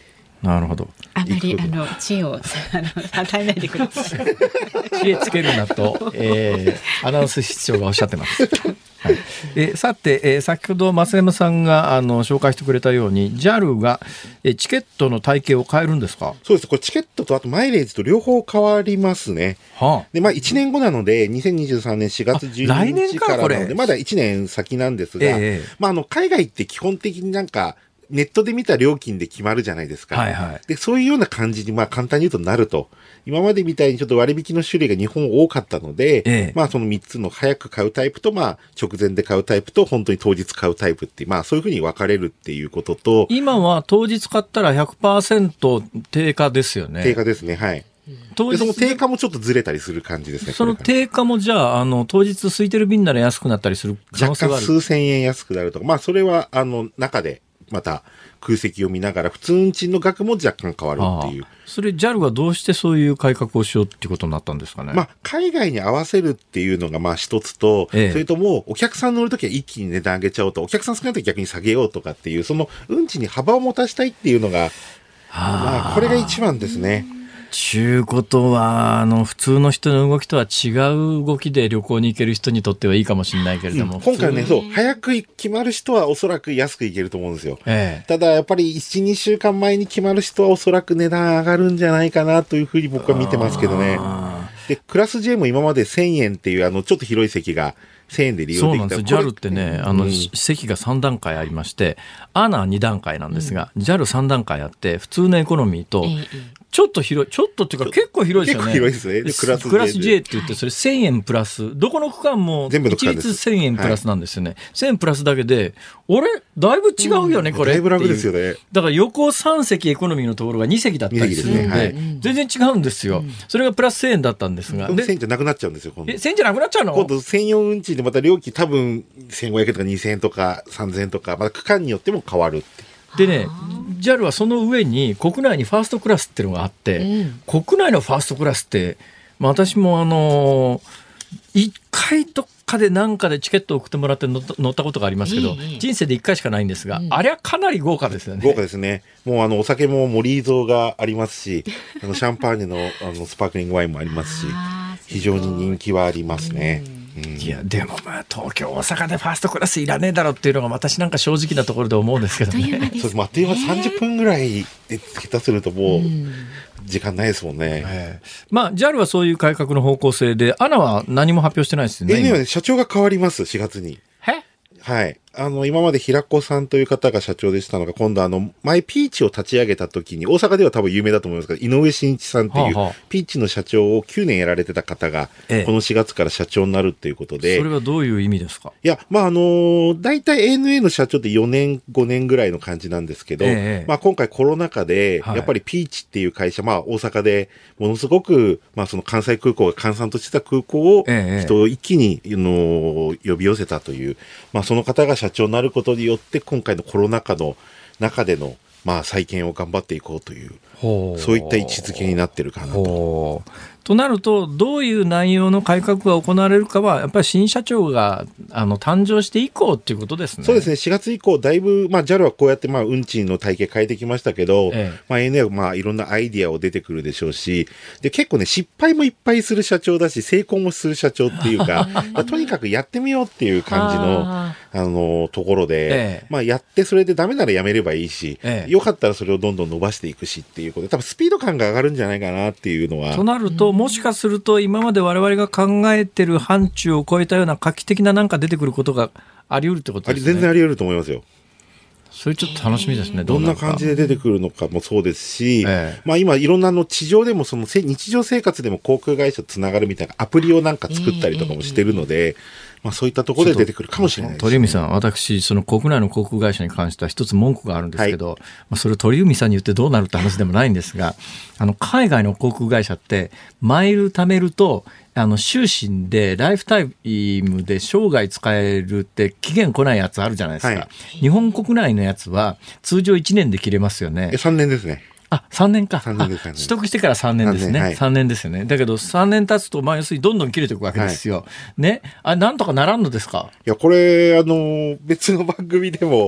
なるほど。 あまりあの知恵をあの与えないでください。 知恵つけるなと、えー、アナウンス室長がおっしゃってます。はい、えさて、えー、先ほど増山さんがあの紹介してくれたように ジャル が、えチケットの体系を変えるんですか？ そうです。これチケットとあとマイレージと両方変わりますね。はあ、でまあ、いちねんごなのでにせんにじゅうさんねんしがつじゅうににちからなのでまだいちねん先なんですが、えーまあ、あの海外って基本的になんかネットで見た料金で決まるじゃないですか。はいはい、でそういうような感じにまあ簡単に言うとなると。今までみたいにちょっと割引の種類が日本多かったので、ええ、まあそのみっつの早く買うタイプと、まあ直前で買うタイプと本当に当日買うタイプって、まあそういうふうに分かれるっていうことと、 今は当日買ったら ひゃくパーセント 低下ですよね。 低下ですね、はい。当日でその低下もちょっとずれたりする感じですね。 その低下もじゃあ、あの、当日空いてる便なら安くなったりする可能性がある？ 若干数千円安くなるとか、まあそれはあの中でまた空席を見ながら普通運賃の額も若干変わるっていう。ああ、 それ ジャル はどうしてそういう改革をしようっていうことになったんですかね。 まあ海外に合わせるっていうのがまあ一つと、ええ、それともお客さん乗るときは一気に値段上げちゃおうと、お客さん少ないとき逆に下げようとかっていう、その運賃に幅を持たせたいっていうのが、まあこれが一番ですね。 ちゅうことはあの普通の人の動きとは違う動きで旅行に行ける人にとってはいいかもしれないけれども、うん、 今回ね、そう早く決まる人はおそらく安く行けると思うんですよ、ええ、ただやっぱり いち、にしゅうかんまえに決まる人はおそらく値段上がるんじゃないかなというふうに僕は見てますけどね。でクラス J も今までせんえんっていうあのちょっと広い席がせんえんで利用できた。そうなんです。 ジャル ってね、あの、うん、席がさんだんかいありまして、アナにだんかいなんですが、うん、ジャルさんだんかいあって普通のエコノミーと、ええ、ちょっと広い、ちょっとっていうか結構広いですよね。結構広いですね。でクラス J クラス J って言って、それせんえんプラス、どこの区間も一律せんえんプラスなんですよね。はい、せんえんプラスだけで、俺だいぶ違うよね、うん、これ。 だいぶ楽ですよね。 だから横さん席エコノミーのところがに席だったりするので、ね、はい、全然違うんですよ、うん。それがプラスせんえんだったんですが。 でせんえんじゃなくなっちゃうんですよ、今度。 え、せんえんじゃなくなっちゃうの？ 今度専用運賃でまた料金多分せんごひゃくえんとかにせんえんとかさんぜんえんとか、また区間によっても変わるって。 でね、ジャル はその上に国内にファーストクラスっていうのがあって、うん、国内のファーストクラスって、まあ、私もあのいっかいどっかで何かでチケットを送ってもらって乗った、乗ったことがありますけど、いい人生でいっかいしかないんですが、うん、あれはかなり豪華ですよね。 豪華ですね。もうあのお酒も森伊蔵がありますし、あのシャンパーニュの、あのスパークリングワインもありますし、非常に人気はありますね。うんうん、いやでもまあ東京大阪でファーストクラスいらねえだろっていうのが私なんか正直なところで思うんですけどね。 そうです。あっという間さんじゅっぷんぐらいで下手するともう時間ないですもんね。 えー、まあ ジャル はそういう改革の方向性で、アナは何も発表してないですよね。 えー、今ね社長が変わりますしがつに。 え？ はい。あの、今まで平子さんという方が社長でしたのが、今度あの、前ピーチを立ち上げた時に、大阪では多分有名だと思いますけど、井上真一さんっていう、ピーチの社長をきゅうねんやられてた方が、このしがつから社長になるっていうことで。ええ、 それはどういう意味ですか？ いや、まあ、あの、大体 エーエヌエー の社長ってよねん、ごねんぐらいの感じなんですけど、え、まあ、今回コロナ禍で、やっぱりピーチっていう会社、はい、まあ、大阪でものすごく、まあ、その関西空港が閑散としてた空港を、人を一気に、あの、呼び寄せたという、まあ、その方が社長になることによって今回のコロナ禍の中でのまあ再建を頑張っていこうという、そういった位置づけになってるかなと。 となると、どういう内容の改革が行われるかはやっぱり新社長があの誕生して以降っていうことですね。 そうですね。しがつ以降だいぶ、まあ、ジャル はこうやってまあ運賃の体系変えてきましたけど、ええ、まあ、エーエヌエー はまあいろんなアイディアを出てくるでしょうし、で結構ね失敗もいっぱいする社長だし成功もする社長っていうかまあ、とにかくやってみようっていう感じのあのところで、ええ、まあ、やってそれでダメならやめればいいし、ええ、よかったらそれをどんどん伸ばしていくしっていうことで、多分スピード感が上がるんじゃないかなっていうのは。 となると、もしかすると今まで我々が考えてる範疇を超えたような画期的ななんか出てくることがあり得るってことですね。 全然あり得ると思いますよ。 それちょっと楽しみですね。 どんな感じで出てくるのかもそうですし、ええ、まあ今いろんなの地上でもその日常生活でも航空会社とつながるみたいなアプリをなんか作ったりとかもしてるので、まあそういったところで出てくるかもしれないですね。 鳥海さん、私その国内の航空会社に関しては一つ文句があるんですけど、はい、まあ、それを鳥海さんに言ってどうなるって話でもないんですが、あの海外の航空会社ってマイル貯めるとあの終身でライフタイムで生涯使えるって期限来ないやつあるじゃないですか、はい、日本国内のやつは通常いちねんで切れますよね。 さんねんですね。 あ、さんねんか。 さんねんですね。 取得してからさんねんですね。さんねん、はい、さんねんですよね。だけどさんねん経つと、まあ要するにどんどん切れていくわけですよ。はい、ね。あ、なんとかならんのですか？ いや、これ、あの、別の番組でも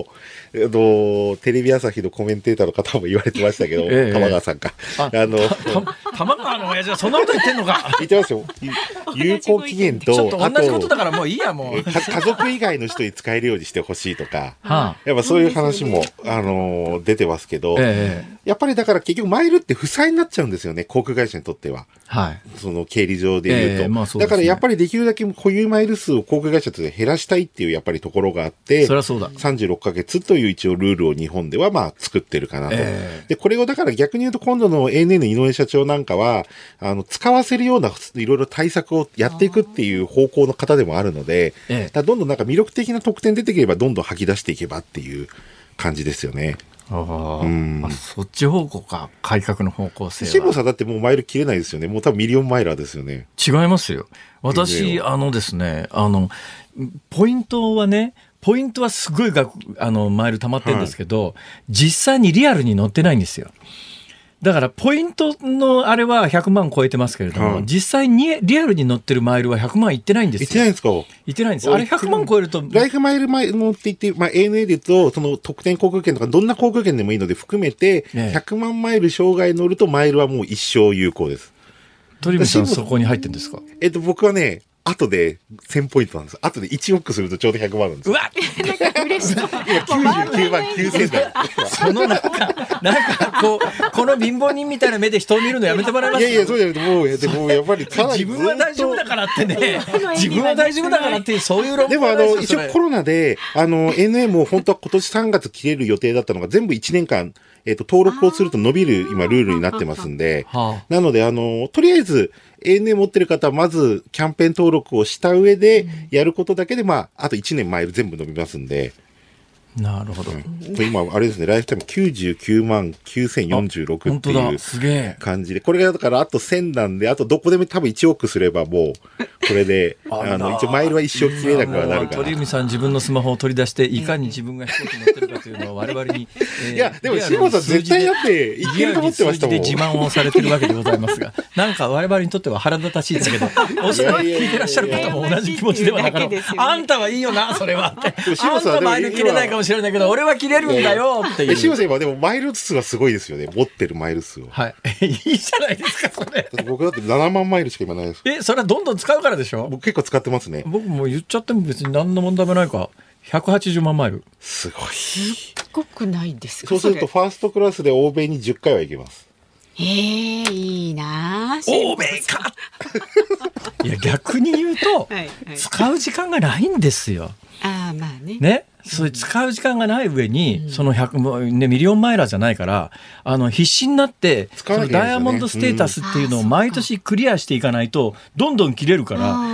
のテレビ朝日のコメンテーターの方も言われてましたけど、ええ、玉川さんか。 あ, あの玉川の親父はそんなこと言ってんのか。 言ってますよ。有効期限と、 ちょっと同じことだからもういいや、もう。 家族以外の人に使えるようにしてほしいとか、はあ、やっぱそういう話も、あのー、出てますけど、ええ、やっぱりだから結局マイルって負債になっちゃうんですよね、航空会社にとっては。はい。その経理上で言うと。ええ、まあそうですね。だからやっぱりできるだけ保有マイル数を航空会社として減らしたいっていうやっぱりところがあって、 そりゃそうだ。 さんじゅうろっかげつという一応ルールを日本ではまあ作ってるかなと。えー、で、これをだから逆に言うと今度の エーエヌエー の井上社長なんかは、あの、使わせるようないろいろ対策をやっていくっていう方向の方でもあるので、えー、だどんどんなんか魅力的な特典出てければどんどん吐き出していけばっていう感じですよね。 あ、うん、あ、そっち方向か、改革の方向性は。 辛坊さんだってもうマイル切れないですよね。もう多分ミリオンマイラーですよね。 違いますよ。私、あのですね、あの、ポイントはね、ポイントはすごい額、あの、マイル溜まってるんですけど、はい、実際にリアルに乗ってないんですよ。だから、ポイントのあれはひゃくまん超えてますけれども、はい、実際にリアルに乗ってるマイルはひゃくまんいってないんですよ。 いってないんですか？ いってないんです。あれひゃくまん超えると。 ライフマイルマイル乗っていって、まあ、エーエヌエー で言うと、その特典航空券とか、どんな航空券でもいいので含めて、ひゃくまんマイル生涯乗るとマイルはもう一生有効です。 鳥海さんそこに入ってるんですか？ えっと、僕はね、後でせんポイントなんです。後でいちオックするとちょうどひゃくまんなんです。 うわなんか嬉しそう。今きゅうじゅうきゅうまんきゅうせんだよ。そのなんか、なんかこう、この貧乏人みたいな目で人を見るのやめてもらいますか？ いやいや、そうじゃなくて、もう、でもやっぱりかなり自分は大丈夫だからってね、自分は大丈夫だからって、そういう論でもあの、一応コロナで、あの、エーエヌエー も本当は今年さんがつ切れる予定だったのが全部いちねんかん、えっと、登録をすると伸びる今ルールになってますんで、はあ、なのであの、とりあえず エーエヌエー 持ってる方はまずキャンペーン登録をした上でやることだけで、まあ、あといちねんマイル全部伸びますんで。 なるほど。うん、 今、あれですね、ライフタイムきゅうじゅうきゅうまんきゅうせんよんじゅうろくっていう感じで、これがだからあとせんなんで、あとどこでも多分いちオークすればもう、これで、あの、一応マイルは一生切れなくはなるから。 鳥海さん自分のスマホを取り出して、いかに自分が飛行機に乗ってるかというのを我々に。 えー、いや、でも、辛坊さん絶対だって、いけると思ってましたもん。 で自慢をされてるわけでございますが、なんか我々にとっては腹立たしいですけど、おそらく聞いてらっしゃる方も同じ気持ちではなかろう。あんたはいいよな、それはって。あんたマイル切れないかもしれないけど、俺は切れるんだよっていう。 辛坊さん今でもマイル数はすごいですよね。持ってるマイル数を。 はい。いいじゃないですか、それ。 僕だってななまんマイルしか今ないです。 え、それはどんどん使うからでしょ？ 僕結構使ってますね。 僕も言っちゃっても別に何の問題もないか。ひゃくはちじゅうまんマイル。 すごい。 すっごくないですか？ そうするとファーストクラスで欧米にじゅっかいは行けます。 えー、いいな欧米かいや逆に言うと、はいはい、使う時間がないんですよ。 ああまあね。 ね。そういう使う時間がない上に、うん、そのひゃく、ね、ミリオンマイラーじゃないからあの必死になって、そのダイヤモンドステータスっていうのを毎年クリアしていかないとどんどん切れるから、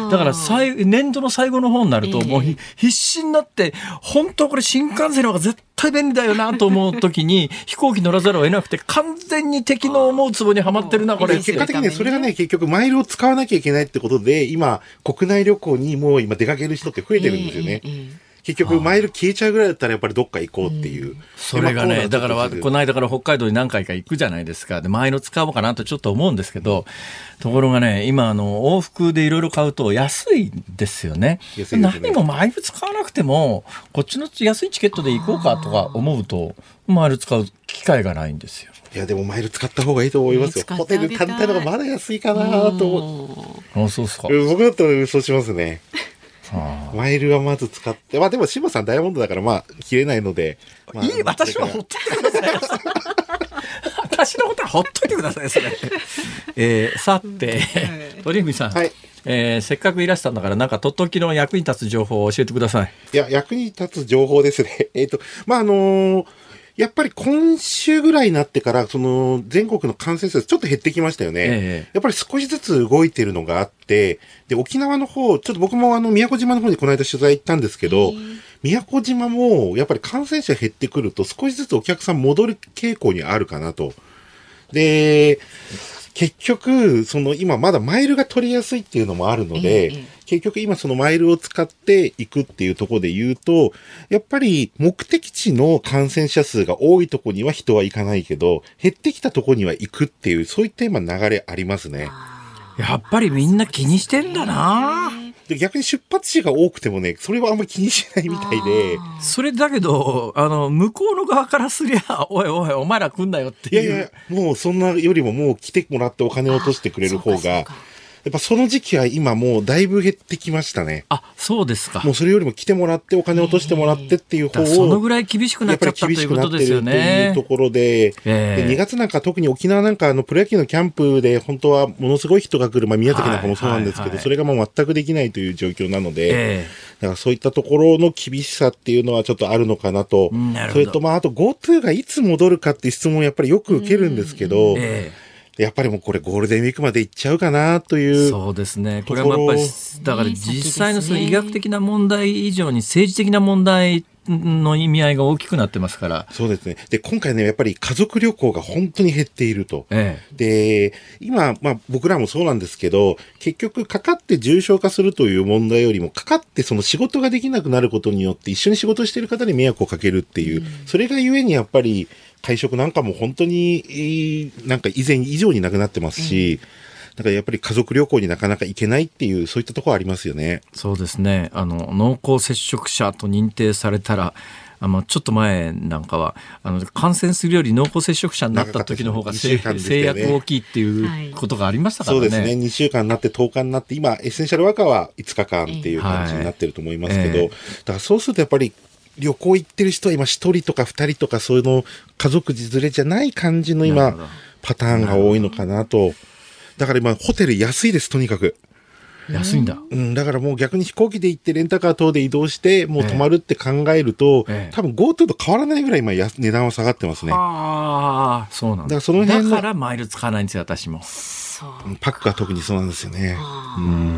だから最年度の最後の方になるともう、えー、必死になって本当これ新幹線の方が絶対便利だよなと思う時に飛行機乗らざるを得なくて完全に敵の思うツボにはまってるなこれ。 結果的にそれがね結局マイルを使わなきゃいけないってことで今国内旅行にもう今出かける人って増えてるんですよね。えーえー結局マイル消えちゃうぐらいだったらやっぱりどっか行こうっていう、うん、 それがねだからこの間から北海道に何回か行くじゃないですか。でマイル使おうかなとちょっと思うんですけど、ところがね今あの往復でいろいろ買うと安いですよね。安いですね。何もマイル使わなくてもこっちの安いチケットで行こうかとか思うとマイル使う機会がないんですよ。 いやでもマイル使った方がいいと思いますよ。ホテル単体の方がまだ安いかなと思う。 あ、そうですか。 僕だったらそうしますね。マイルはまず使って、まあでも辛坊さんダイヤモンドだからまあ切れないので、まあ、 いい私はほっといてください私のことはほっといてくださいそれ、えー、さて鳥海さん、はいえー、せっかくいらしたんだからなんかとっときの役に立つ情報を教えてください。 いや役に立つ情報ですねえっとまああのーやっぱり今週ぐらいになってから、その全国の感染者数ちょっと減ってきましたよね。ええ、やっぱり少しずつ動いてるのがあって、で、沖縄の方、ちょっと僕もあの、宮古島の方にこの間取材行ったんですけど、宮古島もやっぱり感染者減ってくると少しずつお客さん戻る傾向にあるかなと。で、結局、その今まだマイルが取りやすいっていうのもあるので、ええ、結局今そのマイルを使っていくっていうところで言うと、やっぱり目的地の感染者数が多いところには人は行かないけど、減ってきたところには行くっていう、そういった今流れありますね。 やっぱりみんな気にしてんだな。 で逆に出発地が多くてもね、それはあんまり気にしないみたいで。 それだけど、あの、向こうの側からすりゃ、おいおい、お前ら来んなよっていう。 いやいや、もうそんなよりももう来てもらってお金を落としてくれる方が、やっぱその時期は今もうだいぶ減ってきましたね。 あ、そうですか。 もうそれよりも来てもらってお金を落としてもらってっていう方を。 そのぐらい厳しくなっちゃったということですよね。 やっぱり厳しくなってるというところで、えー、でにがつなんか特に沖縄なんかあのプロ野球のキャンプで本当はものすごい人が来る、まあ宮崎なんかもそうなんですけど、はいはいはい、それがもう全くできないという状況なので、えー、だからそういったところの厳しさっていうのはちょっとあるのかなと。なるほど。それとまああと GoTo がいつ戻るかっていう質問をやっぱりよく受けるんですけど、えーやっぱりもうこれゴールデンウィークまで行っちゃうかなという。 そうですね。これはやっぱり、だから実際のその医学的な問題以上に政治的な問題の意味合いが大きくなってますから。 そうですね。で、今回ね、やっぱり家族旅行が本当に減っていると。ええ、で、今、まあ僕らもそうなんですけど、結局かかって重症化するという問題よりも、かかってその仕事ができなくなることによって一緒に仕事している方に迷惑をかけるっていう、うん、それがゆえにやっぱり、会食なんかも本当になんか以前以上になくなってますし、うん、だからやっぱり家族旅行になかなか行けないっていうそういったところありますよね。 そうですね。あの濃厚接触者と認定されたらあのちょっと前なんかはあの感染するより濃厚接触者になった時の方が制約大きいっていうことがありましたからね。 そうですね。にしゅうかんになってとおかになって今エッセンシャルワーカーはいつかかんっていう感じになってると思いますけど、はいえー、だからそうするとやっぱり旅行行ってる人は今一人とか二人とかそういうの家族連れじゃない感じの今パターンが多いのかなと。だから今ホテル安いですとにかく。 安いんだ。 うん、だからもう逆に飛行機で行ってレンタカー等で移動してもう泊まるって考えると、ええ、多分 GoTo と変わらないぐらい今や値段は下がってますね。 ああ、そうなんだ。だからその辺のだからマイル使わないんですよ私も。 そうパックは特にそうなんですよね。 うん、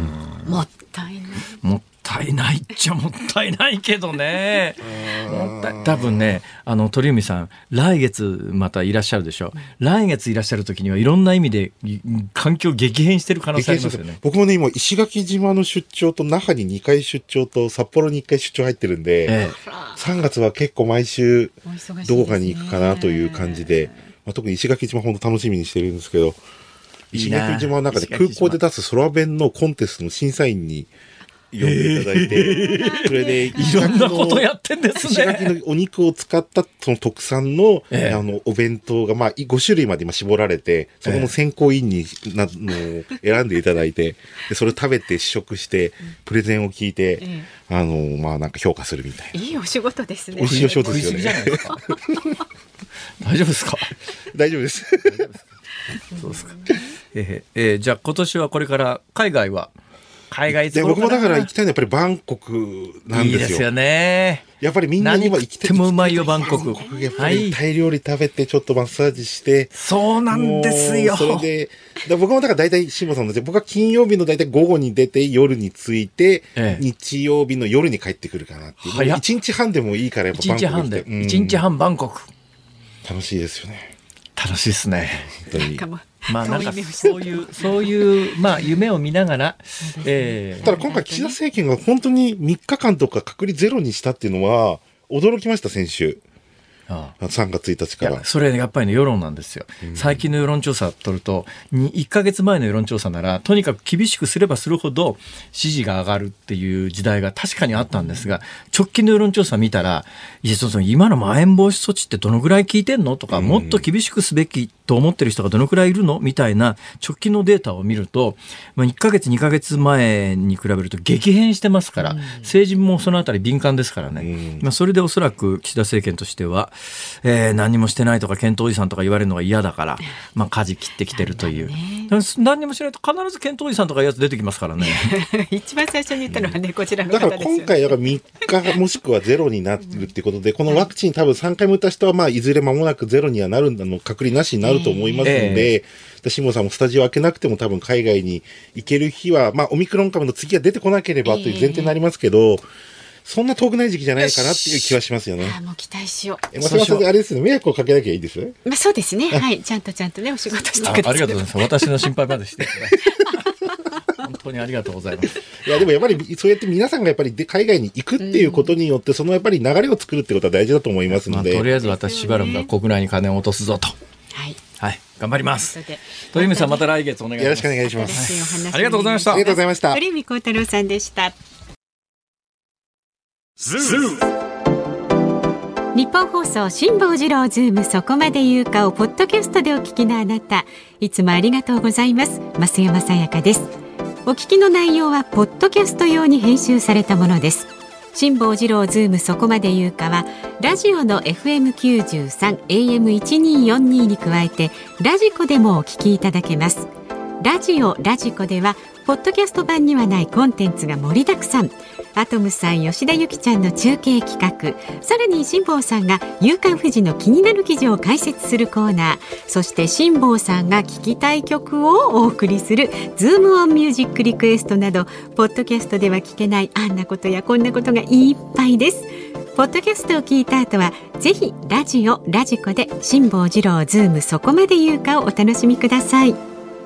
もったいない。 もったいないっちゃもったいないけどね。もったい多分ね、あの鳥海さん来月またいらっしゃるでしょ。来月いらっしゃる時にはいろんな意味で環境激変してる可能性ありますよね。 僕もね今石垣島の出張と那覇ににかい出張と札幌にいっかい出張入ってるんで、ええ、さんがつは結構毎週どこかに行くかなという感じで、まあ、特に石垣島本当楽しみにしてるんですけど、石垣島の中で空港で出す空弁のコンテストの審査員に呼んでいただいて、えー、それでいろんなことやってんですね。 石垣のお肉を使ったその特産の、えー、あのお弁当がまあごしゅるいまで今絞られて、そこの選考委員になの選んでいただいて、でそれを食べて試食してプレゼンを聞いて、えー、あのまあなんか評価するみたいな。 いいお仕事ですね。 おいしいお仕事ですよね。 大丈夫ですか。 大丈夫です。 そうですか。えーえー、じゃあ今年はこれから海外は海外で僕もだから行きたいのはやっぱりバンコクなんですよ。 いいですよね。 やっぱりみんな今行きたい。 何食ってもうまいよバンコク。 やっぱりタイ料理食べてちょっとマッサージして。 そうなんですよ。 それでで僕もだから大体辛坊さんの僕は金曜日の大体午後に出て夜に着いて、ええ、日曜日の夜に帰ってくるかなっていう。いちにちはんでもいいからやっぱバンコク。いちにちはんで。 いちにちはんバンコク。 楽しいですよね。 楽しいですね。本当に。まあなんかそういうそういうまあ夢を見ながら、 えー、ただ今回岸田政権が本当にみっかかんとか隔離ゼロにしたっていうのは驚きました先週。ああさんがついたちから。 それやっぱりね世論なんですよ、うん、最近の世論調査取るといっかげつまえの世論調査ならとにかく厳しくすればするほど支持が上がるっていう時代が確かにあったんですが、直近の世論調査見たらいやそうそう今のまん延防止措置ってどのぐらい効いてんのとか、うん、もっと厳しくすべきと思ってる人がどのくらいいるのみたいな直近のデータを見ると、まあ、いっかげつにかげつまえに比べると激変してますから、うん、政治もそのあたり敏感ですからね、うんまあ、それでおそらく岸田政権としては、えー、何もしてないとか検討おじさんとか言われるのが嫌だから、まあ、舵切ってきてるという、何もしないと必ず検討おじさんとかいうやつ出てきますからね一番最初に言ったのはね、うん、こちらの方ですよね。 だから今回だからみっかもしくはゼロになるっていうことで、このワクチン多分さんかいも打った人はまあいずれ間もなくゼロにはなるんだの隔離なしになると思いますので、えー、辛坊さんもスタジオ開けなくても多分海外に行ける日は、まあ、オミクロン株の次が出てこなければという前提になりますけど、えー、そんな遠くない時期じゃないかなっていう気はしますよね。 あもう期待しよう。 えまあ、それあれですね、迷惑をかけなきゃいいですね。 まあ、そうですね、はい、ちゃんとちゃんとねお仕事してください。 あ, ありがとうございます。私の心配までして本当にありがとうございます。 いやでもやっぱりそうやって皆さんがやっぱり海外に行くっていうことによって、そのやっぱり流れを作るってことは大事だと思いますので、 まあ、とりあえず私しばらくは国内に金を落とすぞと、 はいはい、頑張ります。鳥海さん、また来月お願いします。 よろしくお願いします。 ありがとうございました。 ありがとうございました。 鳥海高太郎さんでした。日本放送辛坊治郎ズームそこまで言うかをポッドキャストでお聞きのあなた、いつもありがとうございます。増山さやかです。お聞きの内容はポッドキャスト用に編集されたものです。辛坊治郎ズームそこまで言うかはラジオの エフエムきゅうじゅうさん エーエムせんにひゃくよんじゅうに に加えてラジコでもお聞きいただけます。ラジオラジコではポッドキャスト版にはないコンテンツが盛りだくさん。アトムさん、吉田ゆきちゃんの中継企画、さらに辛坊さんが夕刊フジの気になる記事を解説するコーナー、そして辛坊さんが聞きたい曲をお送りするズームオンミュージックリクエストなど、ポッドキャストでは聞けないあんなことやこんなことがいっぱいです。ポッドキャストを聞いた後はぜひラジオラジコで辛坊治郎ズームそこまで言うかをお楽しみください。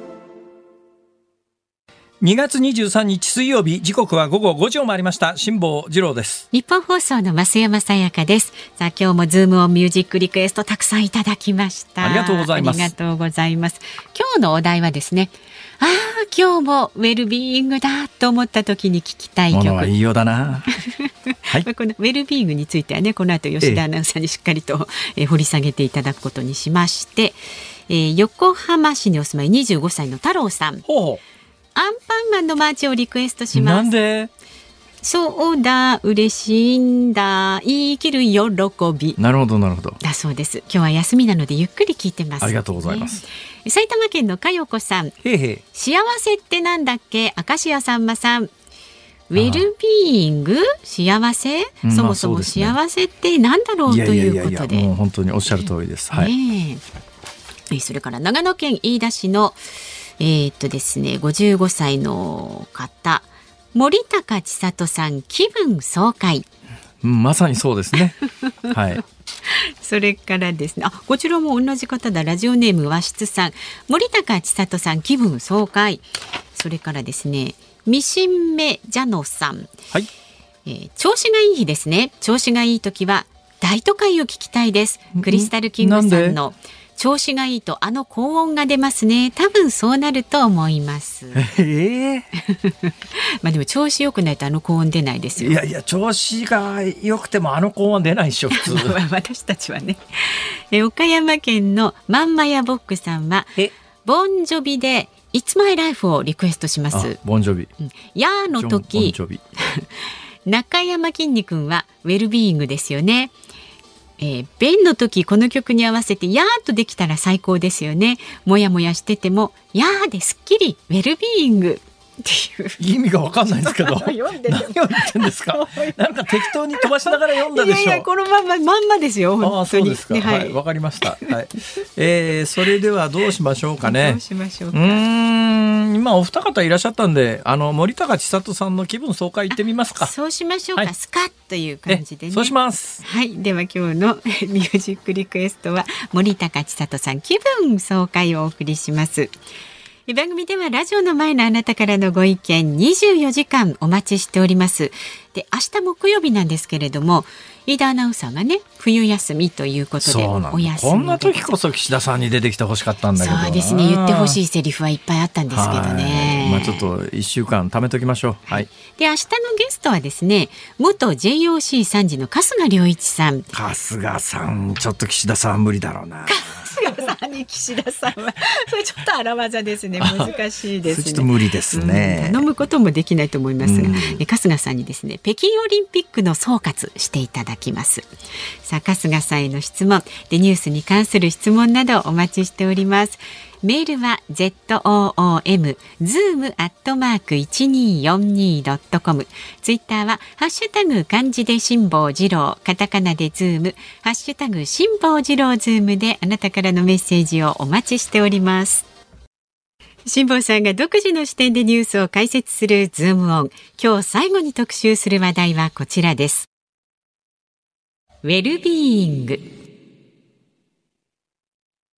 にがつにじゅうさんにち水曜日、時刻は午後ごじを回りました。辛坊治郎です。 日本放送の増山さやかです。さあ、今日もズームオンミュージックリクエストたくさんいただきました。 ありがとうございます。 ありがとうございます。今日のお題はですね、ああ今日もウェルビーイングだと思った時に聞きたい曲。 ものはいいようだな、はい、 このウェルビーイングについてはね、この後吉田アナウンサーにしっかりと、ええ、掘り下げていただくことにしまして、えー、横浜市にお住まいにじゅうごさいの太郎さん、 ほうほう、 アンパンマンのマーチをリクエストします。 なんで？ そうだ、嬉しいんだ、生きる喜び。 なるほどなるほど。 だそうです。今日は休みなのでゆっくり聞いてます。 ありがとうございます。 ね、埼玉県のかよこさん。 へいへい。 幸せってなんだっけ？明石家さんまさん。ウェルビーイング、幸せ、うん、そもそも幸せってなんだろう、まあ、ということで。いやいやいやいや、もう本当におっしゃる通りです。はい。 ねえ、それから長野県飯田市のえー、っとですね、ごじゅうごさいの方、森高千里さん、気分爽快、 うん、まさにそうですねはい。 それからですね、あ、こちらも同じ方だ。ラジオネーム和室さん、森高千里さん、気分爽快。それからですね、ミシンメジャノさん、 はい、 えー、調子がいい日ですね。調子がいい時は大都会を聞きたいです。クリスタルキングさんの調子がいいとあの高音が出ますね。多分そうなると思います。 えー、 まあでも調子良くないとあの高音出ないですよ。 いやいや、調子が良くてもあの高音は出ないでしょ普通私たちはね。え岡山県のまんまやボックさんはボンジョビでIt's My Lifeをリクエストします。 ボンジョビ、 うん、ヤーの時中山きんに君はウェルビーイングですよね。えー、ベンの時この曲に合わせてやーっとできたら最高ですよね。もやもやしててもやーですっきりウェルビーイングっていう意味が分かんないんですけど何を言ってんですかなんか適当に飛ばしながら読んだでしょ。 いやいや、このまんままんまですよ。本当に。あ、そうですか、 ね、はい、わかりました、はい。えー、それではどうしましょうかね。 どうしましょうか。 うーん、今お二方いらっしゃったんで、あの森高千里さんの気分爽快行ってみますか。 そうしましょうか、はい、スカッという感じでね。 そうします。 はい、では今日のミュージックリクエストは森高千里さん、気分爽快をお送りします。番組ではラジオの前のあなたからのご意見にじゅうよじかんお待ちしております。で、明日木曜日なんですけれども、飯田アナウンサーがね冬休みということでお休み。 こんな時こそ岸田さんに出てきてほしかったんだけど。 そうですね、言ってほしいセリフはいっぱいあったんですけどね。 まあ、ちょっといっしゅうかん貯めときましょう。はい。 で、明日のゲストはですね、元 ジェイオーシー 参事の春日良一さん。 春日さん、ちょっと岸田さんは無理だろうな。 春日さんに岸田さんはそれちょっと荒技ですね。難しいですね。 ちょっと無理ですね、 うん、頼むこともできないと思いますが、うん、春日さんにですね、北京オリンピックの総括していただきます。さあ、春日さんへの質問で、ニュースに関する質問などお待ちしております。メールは ズーム アットマーク いちにーよんにー ドットコム、 ツイッターはハッシュタグ漢字で辛坊治郎、カタカナでズーム、ハッシュタグ辛坊治郎ズームであなたからのメッセージをお待ちしております。辛坊さんが独自の視点でニュースを解説するズームオン。今日最後に特集する話題はこちらです。ウェルビーイング。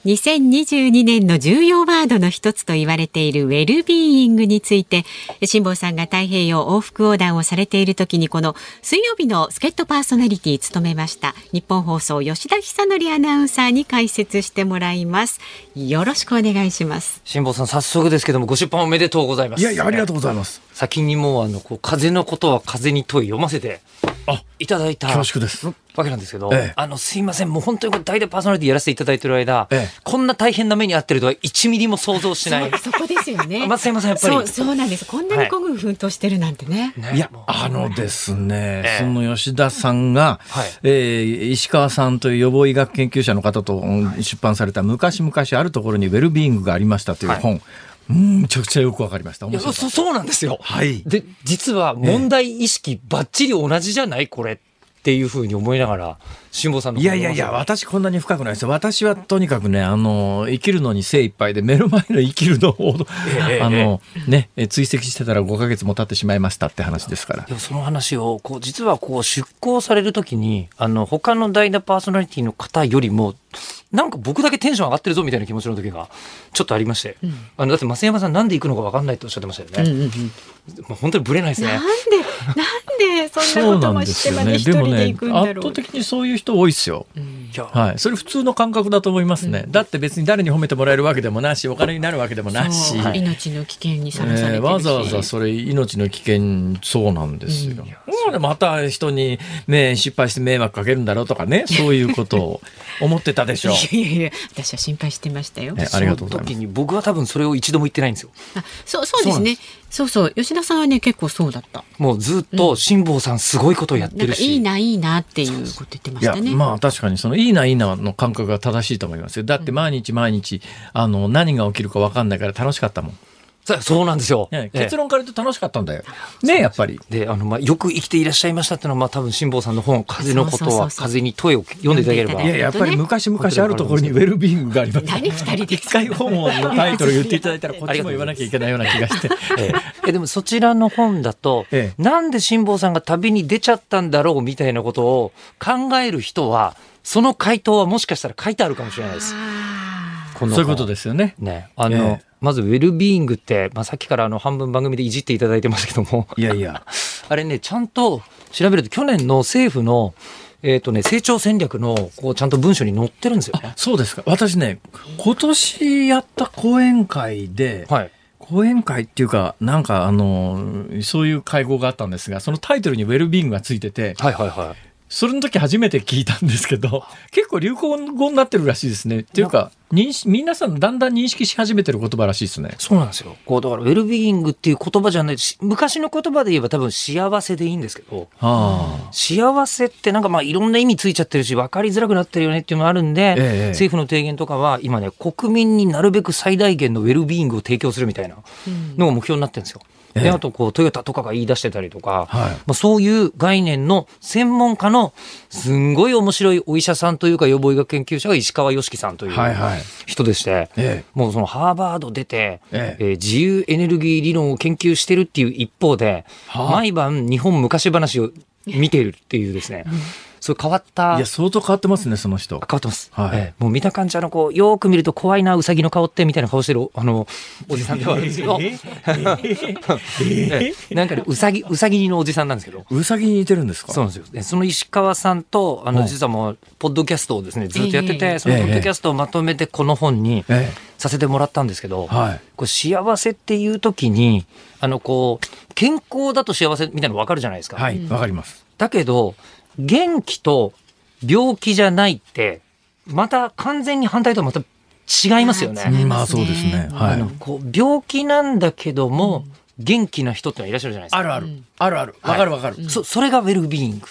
にせんにじゅうにねんの重要ワードの一つと言われているウェルビーイングについて、辛坊さんが太平洋往復横断をされている時にこの水曜日の助っ人パーソナリティ務めました日本放送吉田久典アナウンサーに解説してもらいます。よろしくお願いします。 辛坊さん、早速ですけどもご出版おめでとうございます。 いやいや、ありがとうございます。 先にもうあのこう風のことは風に問い読ませていただいた恐縮ですわけなんですけど、 ええ、 あのすいません、もう本当にこれ代打パーソナリティやらせていただいている間、ええ、こんな大変な目に遭ってるとはいちミリも想像しない。 そ, そこですよね。 まあ、すいません、やっぱりそう、そうなんです。こんなに孤軍奮闘してるなんてね、 はい、いやあのですね、 ええ、 その吉田さんが、はい、えー、石川さんという予防医学研究者の方と出版された昔々あるところにウェルビーイングがありましたという本、はい、うん、めちゃくちゃよくわかりました。面白かった。 そ, そうなんですよ、 はい、 で実は問題意識ばっちり同じじゃないこれっていうふうに思いながら辛坊さんのいやいやいや、私こんなに深くないですよ。私はとにかくね、あの生きるのに精一杯で目の前の生きるのを、ええ、あの、ええ、ね、追跡してたらごかげつも経ってしまいましたって話ですから。 でもその話をこう実はこう出稿されるときにあの他の代打パーソナリティの方よりもなんか僕だけテンション上がってるぞみたいな気持ちの時がちょっとありまして、うん、あのだって増山さんなんで行くのか分かんないとおっしゃってましたよね、うんうんうん、まあ、本当にブレないですね。 なんでなんでそんなこともしてまで一人で行くんだろう。 でもね、圧倒的にそういう人多いですよ、うん、はい、それ普通の感覚だと思いますね、うん、だって別に誰に褒めてもらえるわけでもなし、お金になるわけでもなし、 はい、命の危険にさらされてるし、えー、 わざわざそれ命の危険、そうなんですよ、うん、でまた人に、ね、失敗して迷惑かけるんだろうとかね、そういうことを思ってたでしょう。 いやいや、私は心配してましたよ。 えありがとうございます。 その時に僕は多分それを一度も言ってないんですよ。 あ、そう、そうですね。そうそう、吉田さんはね結構そうだった。 もうずっと辛坊さんすごいことをやってるし、 うん、なんかいいないいなっていうこと言ってましたね。 いや、まあ確かにそのいいないいなの感覚が正しいと思いますよ。だって毎日毎日あの何が起きるか分かんないから楽しかったもん。 そうなんですよ、 ね、結論から言うと楽しかったんだよ、ね、やっぱり。 であの、まあ、よく生きていらっしゃいましたっていうのは、まあ、多分辛坊さんの本風のことは風に問いを読んでいただければ、 いややっぱり昔々あるところにウェルビーイングがあります。 何二人で一回本のタイトル言っていただいたらこっちも言わなきゃいけないような気がしてええ、でもそちらの本だと、ええ、なんで辛坊さんが旅に出ちゃったんだろうみたいなことを考える人はその回答はもしかしたら書いてあるかもしれないです。 そういうことですよね。 ね、あの、ええ、まずウェルビーイングって、まあ、さっきからあの半分番組でいじっていただいてますけども、 いやいやあれね、ちゃんと調べると去年の政府のえーとね、成長戦略のこうちゃんと文書に載ってるんですよね。 そうですか。私ね、今年やった講演会で、はい、講演会っていうかなんかあのそういう会合があったんですが、そのタイトルにウェルビーイングがついてて、はいはいはい、それの時初めて聞いたんですけど、結構流行語になってるらしいですね。っていうか認識皆さんだんだん認識し始めてる言葉らしいですね。 そうなんですよ。こうだからウェルビーイングっていう言葉じゃないし、昔の言葉で言えば多分幸せでいいんですけど、はあ、幸せってなんかまあいろんな意味ついちゃってるし分かりづらくなってるよねっていうのがあるんで、ええ、政府の提言とかは今ね、国民になるべく最大限のウェルビーイングを提供するみたいなのが目標になってるんですよ。うん、であとこうトヨタとかが言い出してたりとか、はい、まあ、そういう概念の専門家のすんごい面白いお医者さんというか予防医学研究者が石川良樹さんという人でして、はいはい、ええ、もうそのハーバード出て、えええー、自由エネルギー理論を研究してるっていう一方で、はあ、毎晩日本昔話を見ているっていうですね、うん、そういう変わった、 いや相当変わってますね、その人。 変わってます、はい、えー、もう見た感じあのこうよく見ると怖いなウサギの顔ってみたいな顔してるあのおじさんではあるんですけど、えーえー、なんかねウサギウサギのおじさんなんですけど、 ウサギに似てるんですか。 そうなんですよ。その石川さんとあの実はもうポッドキャストをですねずっとやってて、えー、そのポッドキャストをまとめてこの本にさせてもらったんですけど、えーはい、これ幸せっていう時にあのこう健康だと幸せみたいなの分かるじゃないですか。 はい、分かります。 だけど元気と病気じゃないってまた完全に反対とはまた違いますよね。 あ、まあそうですね、はい、 あのこう病気なんだけども、うん、元気な人ってのはいらっしゃるじゃないですか。 あるある、うん、あるある、わかるわかる、はい、 そ, それがウェルビーイング。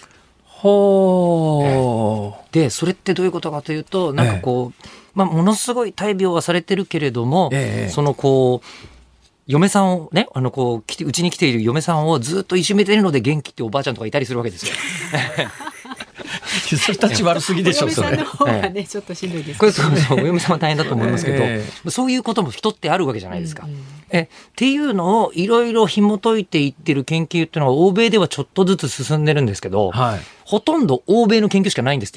ほー、 でそれってどういうことかというと、なんかこう、ええ、まあ、ものすごい大病はされてるけれども、ええ、そのこう嫁さんをね、あのこう来てうちに来ている嫁さんをずっといじめてるので元気っておばあちゃんとかいたりするわけですよ。 それ立ち悪すぎでしょ。 お嫁さんの方がね、ちょっとしんどいです、ね、 これそうそう、お嫁さんは大変だと思いますけど、えー、そういうことも人ってあるわけじゃないですか、うんうん、えっていうのをいろいろ紐解いていってる研究っていうのは欧米ではちょっとずつ進んでるんですけど、はい、ほとんど欧米の研究しかないんです今。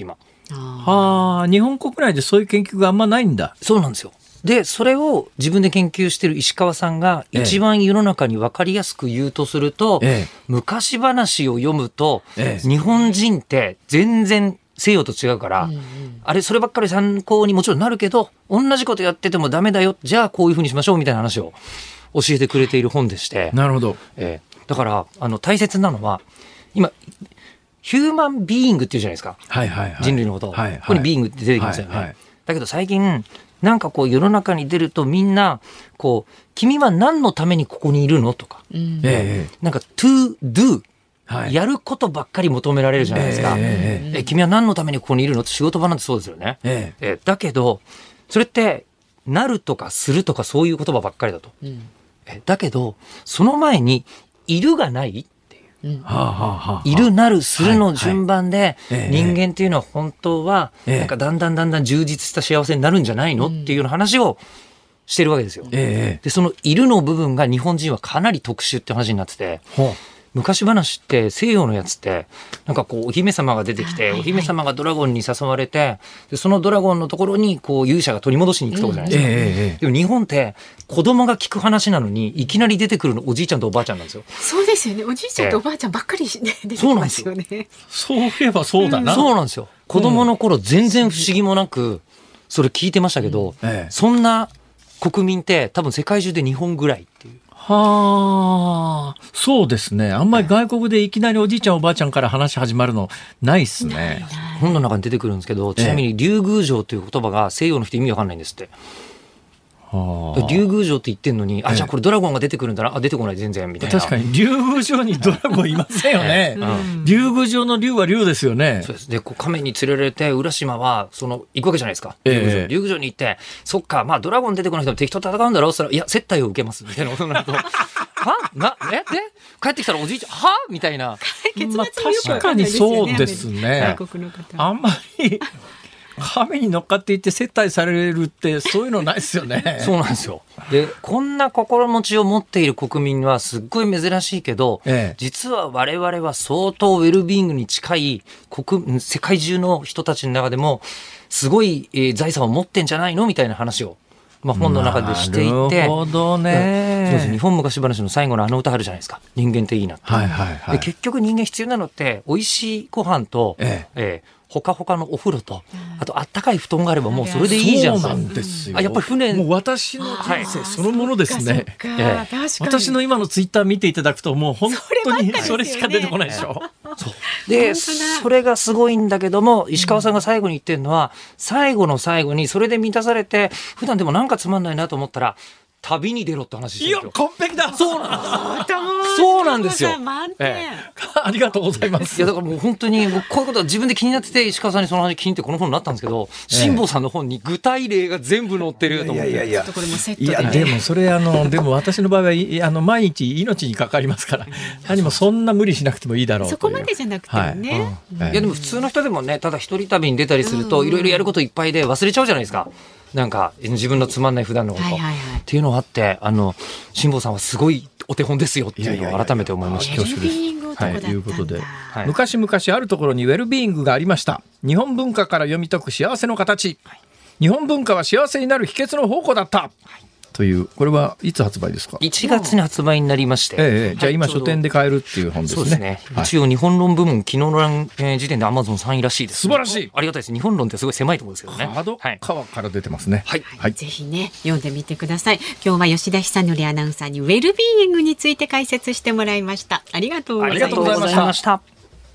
はあ、日本国内でそういう研究があんまないんだ。 そうなんですよ。でそれを自分で研究している石川さんが一番世の中に分かりやすく言うとすると、ええ、昔話を読むと、ええ、日本人って全然西洋と違うから、うんうん、あれそればっかり参考にもちろんなるけど同じことやっててもダメだよ、じゃあこういうふうにしましょうみたいな話を教えてくれている本でして。 なるほど、 ええ、だからあの大切なのは今ヒューマンビーイングっていうじゃないですか、はいはいはい、人類のことを、はいはい、ここにビーイングって出てきますよね、はいはい、だけど最近なんかこう世の中に出るとみんなこう君は何のためにここにいるのとか、うん、なんか to do、はい、やることばっかり求められるじゃないですか、えー、え君は何のためにここにいるのって仕事場なんてそうですよね、えー、えだけどそれってなるとかするとかそういう言葉ばっかりだと、うん、えだけどその前にいるがないうんはあはあ、いるなるするの順番で、はいはい、人間っていうのは本当はなんかだんだんだんだん充実した幸せになるんじゃないの、うん、っていうような話をしてるわけですよ、えー、でそのいるの部分が日本人はかなり特殊って話になってて、はあ、昔話って西洋のやつってなんかこうお姫様が出てきて、はいはい、お姫様がドラゴンに誘われてでそのドラゴンのところにこう勇者が取り戻しに行くとこじゃないですか、うんえー、でも日本って子供が聞く話なのにいきなり出てくるのおじいちゃんとおばあちゃんなんですよ。 そうですよね、おじいちゃんとおばあちゃんばっかり、ねえー、出てきますよね。 そういえばそうだな、 うん、そうなんですよ。子供の頃全然不思議もなくそれ聞いてましたけど、うんえー、そんな国民って多分世界中で日本ぐらいっていう。 はあ、そうですね。あんまり外国でいきなりおじいちゃんおばあちゃんから話始まるのないっすね。 本の中に出てくるんですけど、ちなみに竜宮城という言葉が西洋の人意味わかんないんですって。はあ、竜宮城って言ってんのに、あ、じゃあこれドラゴンが出てくるんだな、あ、出てこない全然みたいな。 確かに竜宮城にドラゴンいませんよね。うん、竜宮城の竜は竜ですよね。 そうです。で、こう亀に連れられて浦島はその行くわけじゃないですか。竜宮城、えー、竜宮城に行って、そっか、まあドラゴン出てこない人も敵と戦うんだろう。そしたらいや接待を受けますみたいなことになると。はなえで帰ってきたらおじいちゃんはみたいな、 まあ、確かにそうですね。あんまり亀に乗っかっていって接待されるってそういうのないですよね。 そうなんですよ。でこんな心持ちを持っている国民はすっごい珍しいけど、ええ、実は我々は相当ウェルビーイングに近い国世界中の人たちの中でもすごい、えー、財産を持ってんじゃないのみたいな話を、まあ、本の中でしていて。 なるほどね。 そうです。日本昔話の最後のあの歌あるじゃないですか。人間っていいなって、はいはいはい、で結局人間必要なのって美味しいご飯と、ええええほかほかのお風呂と、あとあったかい布団があればもうそれでいいじゃん。 そうなんですよ。 あ、やっぱり船、 もう私の人生そのものですね。ええ、私の今のツイッター見ていただくともう本当にそれしか出てこないでしょ。 そうでそれがすごいんだけども、石川さんが最後に言ってるのは、最後の最後にそれで満たされて普段でもなんかつまんないなと思ったら旅に出ろって話してるんですよ。 いや、完璧だ。 そうなんです。そうなんですよ。 ええ、 ありがとうございます。 いやだからもう本当に僕こういうことは自分で気になってて、石川さんにその話気に入ってこの本になったんですけど、辛坊さんの本に具体例が全部載ってると思って。いやいやいや。 これもセットで、 いやでもそれあのでも私の場合はあの毎日命にかかりますから、何もそんな無理しなくてもいいだろうという。 そこまでじゃなくてもね。はいうん、いやでも普通の人でもね、ただ一人旅に出たりするといろいろやることいっぱいで忘れちゃうじゃないですか。なんか自分のつまんない普段のこと、はいはいはい、っていうのがあって、あの辛坊さんはすごいお手本ですよっていうのを改めて思いました。 恐縮です。はい、 ということで、はい、昔々あるところにウェルビーイングがありました。日本文化から読み解く幸せの形、はい、日本文化は幸せになる秘訣の宝庫だった、はいという、これはいつ発売ですか？ いちがつに発売になりまして、 ええ、じゃあ今書店で買えるっていう本ですね。 そうですね、はい、一応日本論部門昨日の、えー、時点で アマゾン さんいらしいです、 ね、素晴らしい。 ありがたいです。日本論ってすごい狭いところですけどね。 角川から出てますね、 はいはい、ぜひね読んでみてください。今日は吉田久典アナウンサーにウェルビーイングについて解説してもらいました。ありがとうございました。ありがとうございました。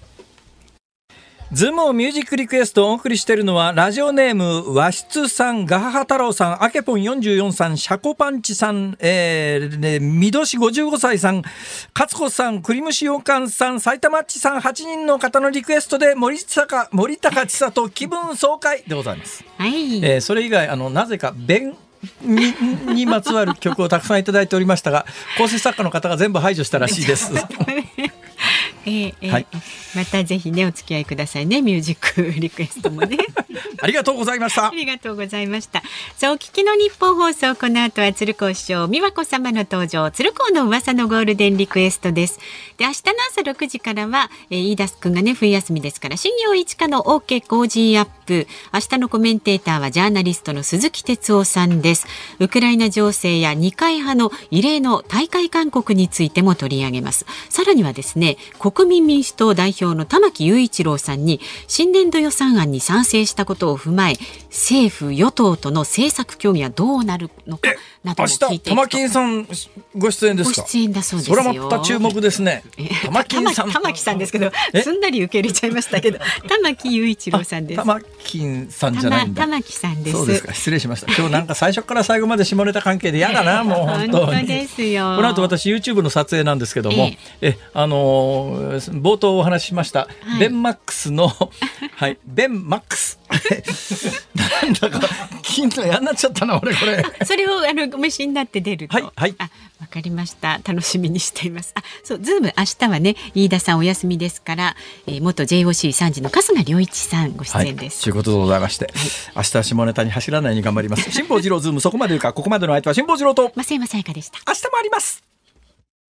ズームをミュージックリクエストをお送りしているのはラジオネーム和室さん、ガハハ太郎さん、アケポンよんじゅうよんさん、シャコパンチさん、えーね、ミドシごじゅうごさいさん、カツコさん、クリムシヨカンさん、埼玉っちさん、はちにんの方のリクエストで森高森高千里気分爽快でございます、はいえー、それ以外あのなぜか弁に, にまつわる曲をたくさんいただいておりましたが、構成作家の方が全部排除したらしいですえーえーはい、 またぜひねお付き合いくださいね。ミュージックリクエストもねありがとうございました。 ありがとうございました。さあお聞きの日本放送、この後は鶴光師匠美和子様の登場、鶴光の噂のゴールデンリクエストです。で明日の朝ろくじからは、えー、飯田くんがね冬休みですから新業一課の OK コージーアップ。明日のコメンテーターはジャーナリストの鈴木哲夫さんです。ウクライナ情勢や二階派の異例の退会勧告についても取り上げます。さらにはですね、国民民主党代表の玉木雄一郎さんに新年度予算案に賛成したことを踏まえ、政府与党との政策協議はどうなるのかなども聞いていくと。 明日玉木さんご出演ですか。 ご出演だそうですよ。 それはまた注目ですね。 玉木さん玉木さんですけどすんなり受け入れちゃいましたけど玉木雄一郎さんです。 玉木さんじゃないんだ。 玉木さんです。 そうですか、失礼しました。今日なんか最初から最後まで下ネタ関係で嫌だなもう本当に。 本当ですよ。 この後私 YouTube の撮影なんですけども、ええあのー、冒頭お話ししました、はい、ベンマックスのはいベンマックスなんだか金のやんなっちゃったな俺これ。 それをあのお召しになって出ると。 はいはい。 あ、わかりました。楽しみにしています。あ、そうズーム明日はね飯田さんお休みですから、えー、元 ジェイオーシーさん 時の春日良一さんご出演です。 と、はい、いうことでございまして、はい、明日は下ネタに走らないように頑張ります。辛坊治郎ズームそこまで言うか。ここまでの相手は辛坊治郎と増山さやかでした。 明日もあります。